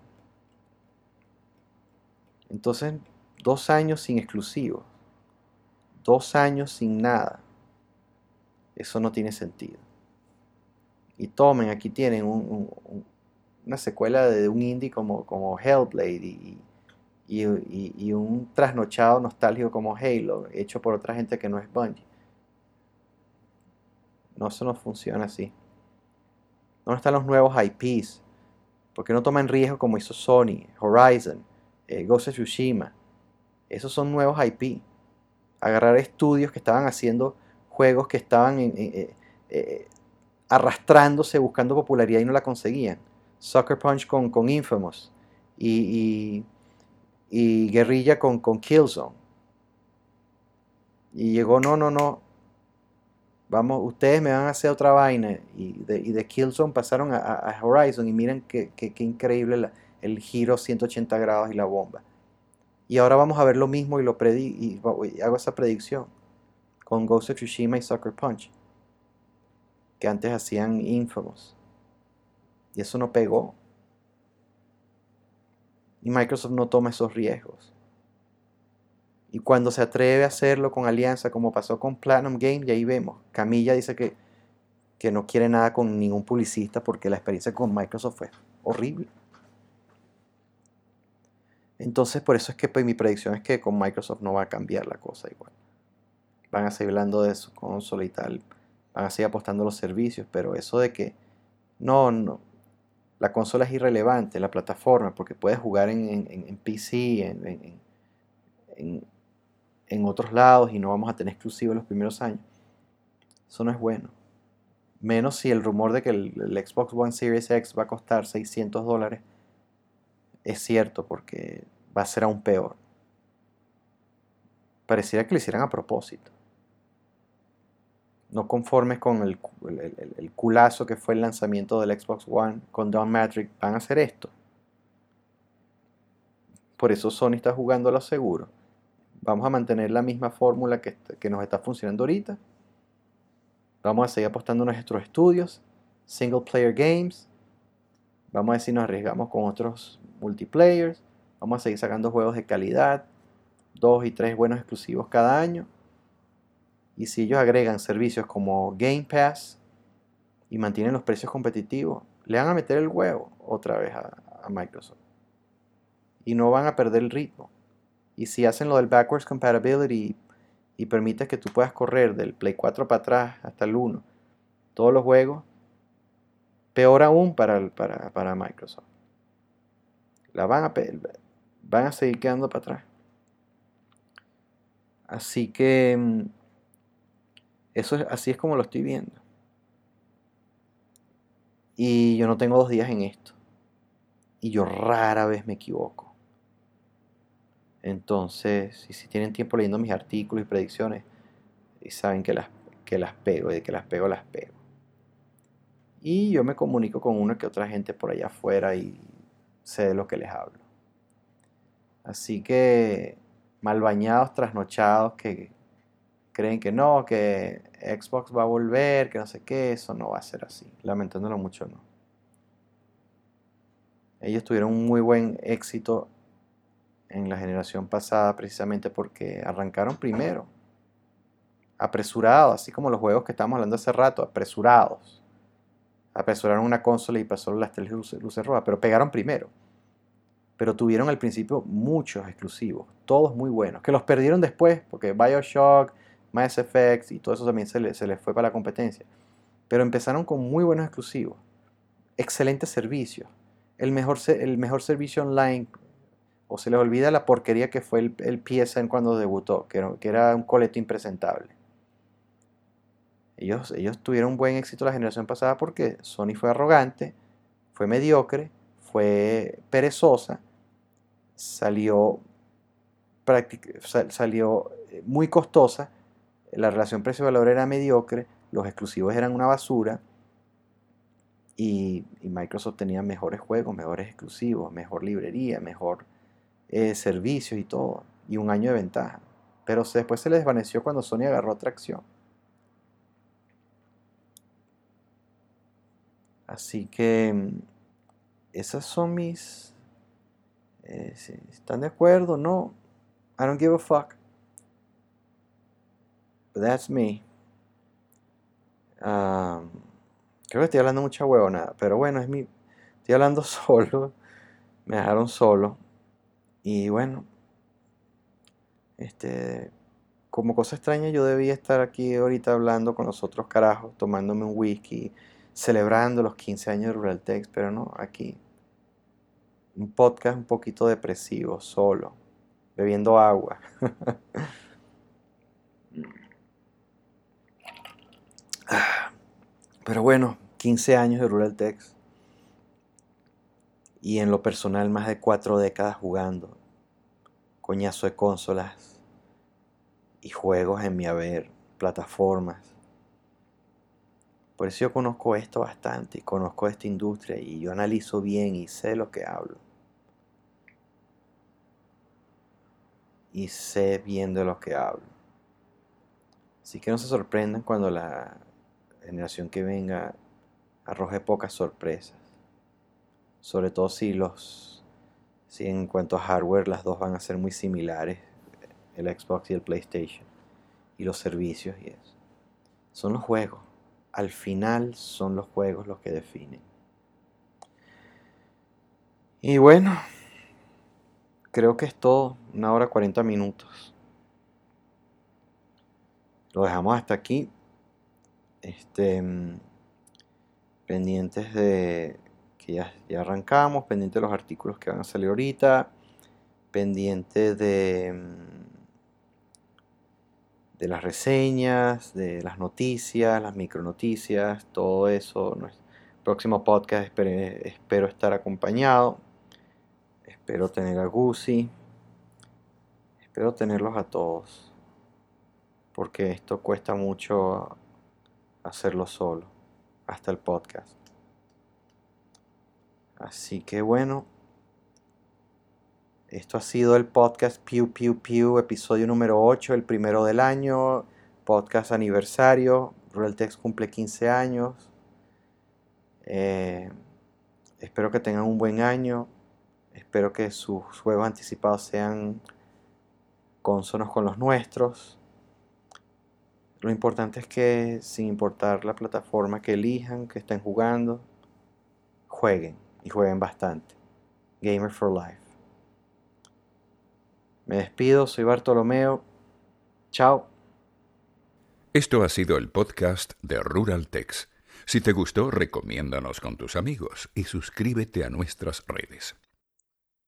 Entonces, 2 años sin exclusivos. 2 años sin nada. Eso no tiene sentido. Y tomen, aquí tienen una secuela de un indie como Hellblade y un trasnochado nostálgico como Halo, hecho por otra gente que no es Bungie. No, eso no funciona así. ¿Dónde están los nuevos IPs? ¿Por qué no toman riesgo como hizo Sony, Horizon, Ghost of Tsushima? Esos son nuevos IP. Agarrar estudios que estaban haciendo juegos que estaban arrastrándose buscando popularidad y no la conseguían. Sucker Punch con Infamous. y, y Guerrilla con Killzone. Y llegó, no, vamos, ustedes me van a hacer otra vaina. Y de Killzone pasaron a Horizon y miren qué increíble el giro 180 grados y la bomba. Y ahora vamos a ver lo mismo y hago esa predicción con Ghost of Tsushima y Sucker Punch, que antes hacían Infamous. Y eso no pegó. Y Microsoft no toma esos riesgos. Y cuando se atreve a hacerlo con alianza, como pasó con Platinum Games, y ahí vemos, Camilla dice que no quiere nada con ningún publicista porque la experiencia con Microsoft fue horrible. Entonces, por eso es que pues, mi predicción es que con Microsoft no va a cambiar la cosa igual. Van a seguir hablando de su consola y tal, van a seguir apostando a los servicios, pero eso de que no, la consola es irrelevante, la plataforma, porque puedes jugar en PC, en, en otros lados y no vamos a tener exclusivos los primeros años. Eso no es bueno. Menos si el rumor de que el Xbox One Series X va a costar $600 es cierto, porque va a ser aún peor. Pareciera que lo hicieran a propósito. No conformes con el culazo que fue el lanzamiento del Xbox One con Don Matrix, van a hacer esto. Por eso Sony está jugando a lo seguro. Vamos a mantener la misma fórmula que nos está funcionando ahorita. Vamos a seguir apostando en nuestros estudios, single player games. Vamos a ver si nos arriesgamos con otros multiplayers. Vamos a seguir sacando juegos de calidad, 2 y 3 buenos exclusivos cada año. Y si ellos agregan servicios como Game Pass y mantienen los precios competitivos, le van a meter el huevo otra vez a Microsoft. Y no van a perder el ritmo. Y si hacen lo del backwards compatibility y permites que tú puedas correr del Play 4 para atrás hasta el 1, todos los juegos, peor aún para Microsoft. Van a seguir quedando para atrás. Así que así es como lo estoy viendo. Y yo no tengo 2 días en esto. Y yo rara vez me equivoco. Entonces, si tienen tiempo leyendo mis artículos y predicciones, y saben que las pego, y de que las pego, las pego. Y yo me comunico con una que otra gente por allá afuera y sé de lo que les hablo. Así que, mal bañados, trasnochados, que creen que no, que Xbox va a volver, que no sé qué, eso no va a ser así. Lamentándolo mucho, no. Ellos tuvieron un muy buen éxito en la generación pasada precisamente porque arrancaron primero, apresurados, así como los juegos que estábamos hablando hace rato, apresurados. Apresuraron una consola y pasó las 3 luces rojas, pero pegaron primero. Pero tuvieron al principio muchos exclusivos, todos muy buenos, que los perdieron después, porque BioShock, Mass Effect y todo eso también se les fue para la competencia. Pero empezaron con muy buenos exclusivos, excelentes servicios, el mejor servicio online, o se les olvida la porquería que fue el PSN cuando debutó, que era un coleto impresentable. Ellos tuvieron un buen éxito la generación pasada porque Sony fue arrogante, fue mediocre, fue perezosa, salió muy costosa, la relación precio-valor era mediocre, los exclusivos eran una basura y Microsoft tenía mejores juegos, mejores exclusivos, mejor librería, mejor servicios y todo, y un año de ventaja. Pero después se les desvaneció cuando Sony agarró tracción. Así que esas son mis... si ¿están de acuerdo? No. I don't give a fuck. But that's me. Creo que estoy hablando mucha huevonada, pero bueno, estoy hablando solo, me dejaron solo y bueno, como cosa extraña yo debía estar aquí ahorita hablando con los otros carajos, tomándome un whisky, celebrando los 15 años de Ruraltex, pero no, aquí un podcast un poquito depresivo, solo, bebiendo agua. Pero bueno, 15 años de Ruraltex. Y en lo personal, más de 4 décadas jugando. Coñazo de consolas y juegos en mi haber, plataformas. Por eso yo conozco esto bastante y conozco esta industria y yo analizo bien y sé lo que hablo. Y sé bien de lo que hablo. Así que no se sorprendan cuando la generación que venga arroje pocas sorpresas. Sobre todo si en cuanto a hardware las dos van a ser muy similares, el Xbox y el PlayStation, y los servicios y eso. Son los juegos. Al final son los juegos los que definen. Y bueno, creo que es todo. 1 hora 40 minutos. Lo dejamos hasta aquí. Pendientes de que ya arrancamos, pendientes de los artículos que van a salir ahorita, pendiente de las reseñas, de las noticias, las micronoticias, todo eso. Nuestro próximo podcast espero estar acompañado. Espero tener a Gusi. Espero tenerlos a todos. Porque esto cuesta mucho hacerlo solo. Hasta el podcast. Así que bueno. Esto ha sido el podcast Pew Pew Pew, episodio número 8, el primero del año, podcast aniversario. RuralTex cumple 15 años. Espero que tengan un buen año. Espero que sus juegos anticipados sean consonos con los nuestros. Lo importante es que, sin importar la plataforma que elijan, que estén jugando, jueguen y jueguen bastante. Gamer for Life. Me despido, soy Bartolomeo. Chao. Esto ha sido el podcast de RuralTex. Si te gustó, recomiéndanos con tus amigos y suscríbete a nuestras redes.